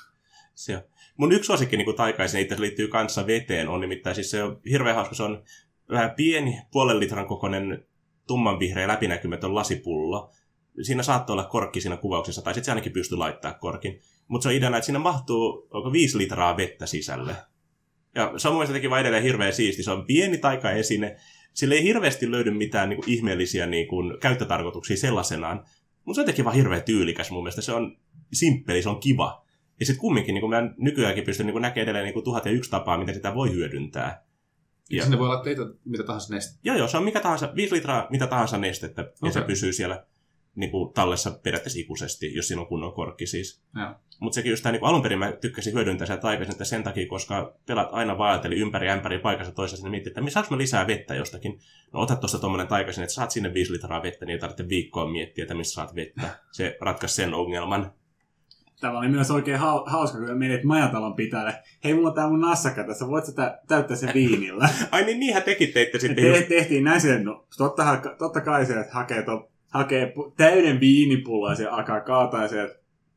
Se on. Mun yksi suosikki niin taikaisen, itse liittyy kanssa veteen, on nimittäin siis se on hirveän hauska, se on vähän pieni, puolen litran kokoinen tummanvihreä läpinäkymätön lasipullo. Siinä saattoi olla korkki siinä kuvauksessa, tai sitten se ainakin pystyy laittaa korkin. Mutta se on ideana, että siinä mahtuu onko viisi litraa vettä sisälle. Ja se on mun mielestä jotenkin vaan edelleen hirveän siisti. Se on pieni taikaesine. Sillä ei hirveästi löydy mitään niin kuin ihmeellisiä niin kuin käyttötarkoituksia sellaisenaan. Mutta se on jotenkin vaan hirveän tyylikäs mun mielestä. Se on simppeli, se on kiva. Ja sitten kumminkin, niin kuin mä nykyäänkin pystyn niin näkemään edelleen niin kuin tuhat ja yksi tapaa, miten sitä voi hyödyntää. Ja sinne voi laittaa mitä tahansa nestettä. Joo, joo, se on mikä tahansa, viisi litraa mitä tahansa nestettä, okay. Ja se pysyy siellä niin kuin tallessa periaatteessa ikuisesti, jos siinä on kunnon korkki siis. Mutta sekin just tämä, niin alun perin mä tykkäsin hyödyntää sitä taikaisen sen takia, koska pelat aina vaelteli ympäri ämpäri paikassa toisessa, niin miettii, että saanko mä lisää vettä jostakin. No ota tuosta tuommoinen taikaisen, että saat sinne viisi litraa vettä, niin ei tarvitse viikkoa miettiä, että missä saat vettä. Se ratkaisi sen ongelman. Tämä oli myös oikein hauska, kun menit majatalon pitäjälle. Hei, mulla on tää mun nassakka tässä, voit sä täyttää sen viinillä? Ai niin, niinhän tekin teitte sitten. Te, tehtiin näin sen, no, totta, totta kai se, että hakee, to, hakee täyden viinipullo ja se alkaa kaataa se,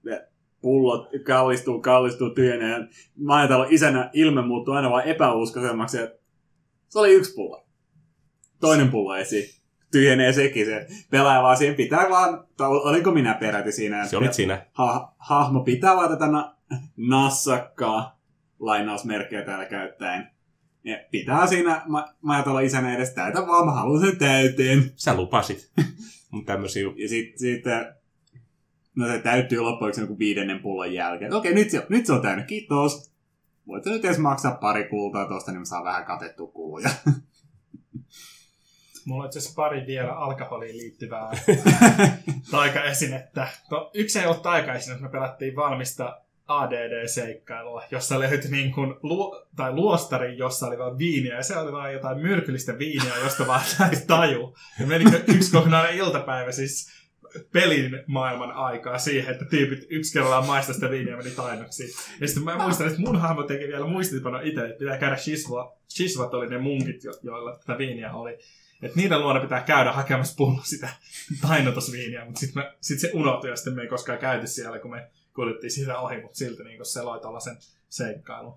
pullot kallistuu, kallistuu, tyhjenee. Majatalon isänä ilme muuttuu aina vaan epäuskoisemmaksi. Se oli yksi pullo. Toinen pullo esiin. Tyhjenee sekin, se pelaaja vaan siihen pitää vaan, tai olinko minä peräti siinä? Se olit siinä. Ha, hahmo pitää vaan tätä na, nassakkaa, lainausmerkkejä täällä käyttäen. Ja pitää siinä ma, majatalon isänä edes täytä vaan, mä haluan sen täyteen. Sä lupasit. Tämmösiä. Ja sitten sit, no se täyttyy loppuiksi joku viidennen pullon jälkeen. Okei, nyt se, nyt se on täynnä, kiitos. Voit sä nyt edes maksaa pari kultaa tosta, niin mä saan vähän katettua kuluja. Mulla on itse asiassa pari vielä alkoholiin liittyvää taikaesinettä. No, yksi ei ole taikaesine, me pelattiin valmista A D D-seikkailua, jossa löytyi niin kuin luo, tai luostari, jossa oli vain viiniä, ja se oli vain jotain myrkyllistä viiniä, josta vaan lähti taju. Ja meni yksi kokonainen iltapäivä siis pelin maailman aikaa siihen, että tyypit yksi kerrallaan maistaa sitä viiniä meni tainoksi. Ja sitten mä muistan, että mun hahmo teki vielä muistipano itse, että pitää käydä Shishvat, Shishvat oli ne munkit, joilla tätä viiniä oli. Että niiden luona pitää käydä hakemassa pullo sitä tainotosviiniä, mutta sitten sit se unohtui ja sitten me ei koskaan käyty siellä, kun me kuljettiin sitä ohi, mutta silti niin se loi tällaisen seikkailun.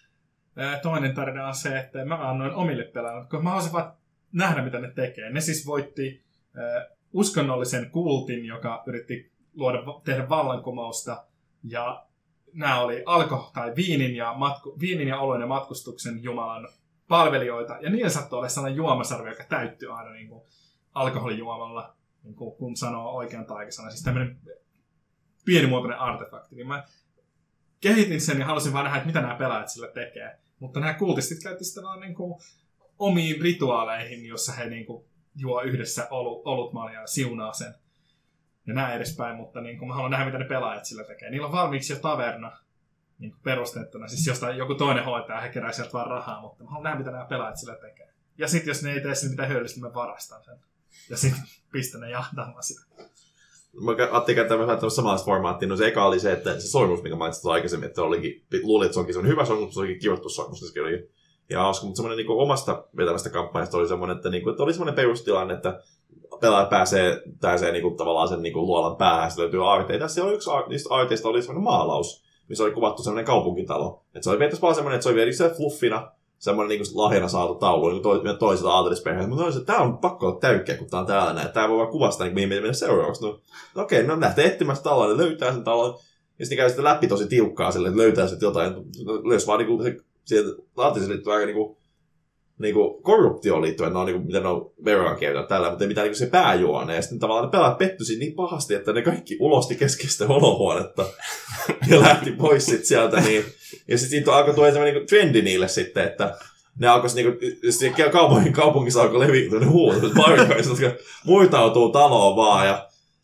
Toinen tarina on se, että mä annoin omille pelaajille, kun mä haluaisin vaan nähdä, mitä ne tekee. Ne siis voitti äh, uskonnollisen kultin, joka yritti luoda, tehdä vallankumousta, ja nämä oli alko- tai viinin ja, matku, viinin ja oluen ja matkustuksen jumalan palvelijoita, ja niillä saattoi olla sellainen juomasarvi, joka täyttyi aina niin kuin alkoholijuomalla, niin kuin, kun sanoo oikean taikasana. Siis tämmöinen pienimuotoinen artefakti. Niin mä kehitin sen ja halusin vaan nähdä, että mitä nämä pelaajat sillä tekee. Mutta nämä kultistit käytti sitä vaan niin kuin omiin rituaaleihin, jossa he niin kuin juo yhdessä olut, olutmalja ja siunaa sen. Ja näin edespäin, mutta niin kuin mä haluan nähdä, mitä ne pelaajat sillä tekee. Niillä on valmiiksi jo taverna niin perustettuna. Siis jostain joku toinen hoitaa, he kerää sieltä vaan rahaa, mutta mä haluan nähdä, mitä nämä pelaajat sillä tekee. Ja sitten jos ne ei tee sille mitään hyödyllistä, niin mä varastan sen. Ja sitten pistän ne jahtaamaan sitä. Mä ajattelin käyttää vähän tämmöistä samanlaista formaattia. No se eka oli se, että se sormus, mikä mainitsit aikaisemmin, että olikin, luulin, että se onkin semmoinen hyvä sormus, mutta se olikin kirjoittu sormus. Se oli ja hauska, mutta semmoinen niin omasta vetävästä kampanjasta oli semmoinen, että, niin kuin, että oli semmoinen perustilanne, että pelaaja pääsee, pääsee niin kuin, tavallaan sen niin kuin, luolan päähän, sitten löytyy aarteita. Siellä oli yksi niistä aarteista oli semmoinen maalaus, missä oli kuvattu semmoinen kaupunkitalo. Että se oli periaatteessa vaan semmoinen, että se oli vielä se fluffina, semmoinen niin kuin lahjana saatu taulu niin kuin toiselta aatelisperheeltä. Mutta oli se, että tämä on pakko olla täykkiä, kun tämä on täällä näin. Tämä voi vaan kuvastaa, niin mihin mennä seuraavaksi. No, no okei, no lähtee etsimässä taloa, ne löytää sen talon. Ja sitten käy sitten läpi tosi tiukkaa sille, että löytää sitten jotain. Löysi vaan niin kuin, sieltä aateliselle liittyy aika niin kuin, niin kuin korruptioon liittyen, no, niin kuin, miten ne on veroa käytetään tällä, mutta ei mitään niin kuin se pääjuone. Ja sitten tavallaan ne pelaat pettyisi niin pahasti, että ne kaikki ulosti keskeistä olohuonetta ja lähti pois sit sieltä. Niin. Ja sitten siitä alkoi tulla semmoinen niin trendi niille sitten, että ne alkoisi, niin kuin, kaupungin, kaupungissa alkoi leviä ne huulut, varkaista, jotka murtautuu taloon vaan. Ja,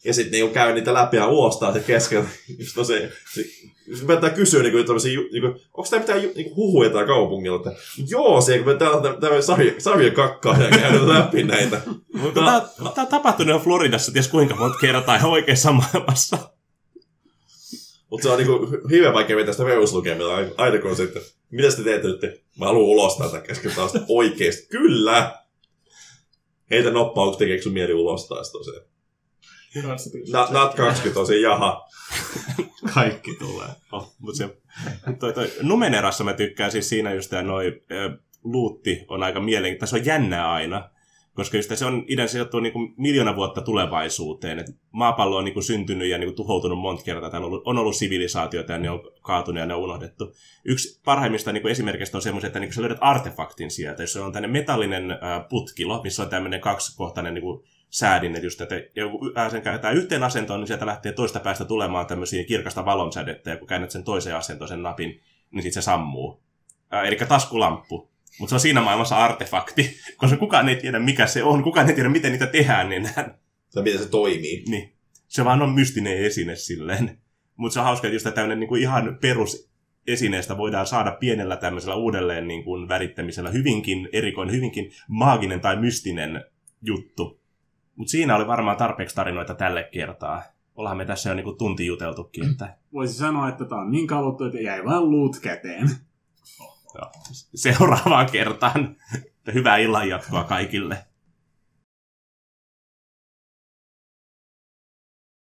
Ja sitten niinku käy niitä läpi ja ulostaa se keskellä. Just tosi, jos me pitää kysyä, niinku, niinku, onko tämä mitään niinku, huhuja täällä kaupungilla? Että, joo, se, kun me täällä on tämmöinen sarja, sarja kakkaa ja käydään läpi näitä. Mutta tämä on tapahtunut jo Floridassa, ties kuinka monta kertaa ihan oikeassa maailmassa. Mutta se on niinku hyvin vaikea vetää sitä peruslukemilla. Aina kun on sitten, mitä te teette nyt? Mä haluan ulostaa tätä kesken taas oikeesti. Kyllä! Heitä noppaa, onko tekeekö sun mieli ulostaa sitä tosiaan? Na, Nat kaksikymmentä on se jaha. Kaikki tulee. Oh, mutta se, toi, toi Numenerassa mä tykkään siis siinä just tää noi äh, luutti on aika mielenkiintoista. Se on jännää aina. Koska just se on idän sijoittuu niinku miljoona vuotta tulevaisuuteen. Et maapallo on niinku syntynyt ja niinku tuhoutunut monta kertaa. Täällä on ollut, on ollut sivilisaatioita ja ne on kaatunut ja ne on unohdettu. Yksi parhaimmista niinku esimerkiksi on semmoinen, että niinku sä löydät artefaktin sieltä. Jos se on tämmöinen metallinen äh, putkilo, missä on tämmöinen kaksikohtainen niinku säädin. Että just, että joku sen käytetään yhteen asentoon, niin sieltä lähtee toista päästä tulemaan tämmöisiä kirkasta valonsädettä. Ja kun käännät sen toiseen asentoon sen napin, niin sitten se sammuu. Äh, eli taskulamppu. Mutta se on siinä maailmassa artefakti, koska kukaan ei tiedä, mikä se on. Kukaan ei tiedä, miten niitä tehdään enää. Tai miten se toimii. Niin. Se vaan on mystinen esine silleen. Mutta se on hauska, että just tämmöinen niin kuin ihan perusesineestä voidaan saada pienellä tämmöisellä uudelleen niin kuin värittämisellä hyvinkin erikoinen, hyvinkin maaginen tai mystinen juttu. Mutta siinä oli varmaan tarpeeksi tarinoita tälle kertaa. Ollaan me tässä jo niin kuin tunti juteltukin. Että... Voisi sanoa, että tämä on niin kaluttu, että jäi vaan luut käteen. Seuraavaan kertaan. Hyvää illan jatkoa kaikille.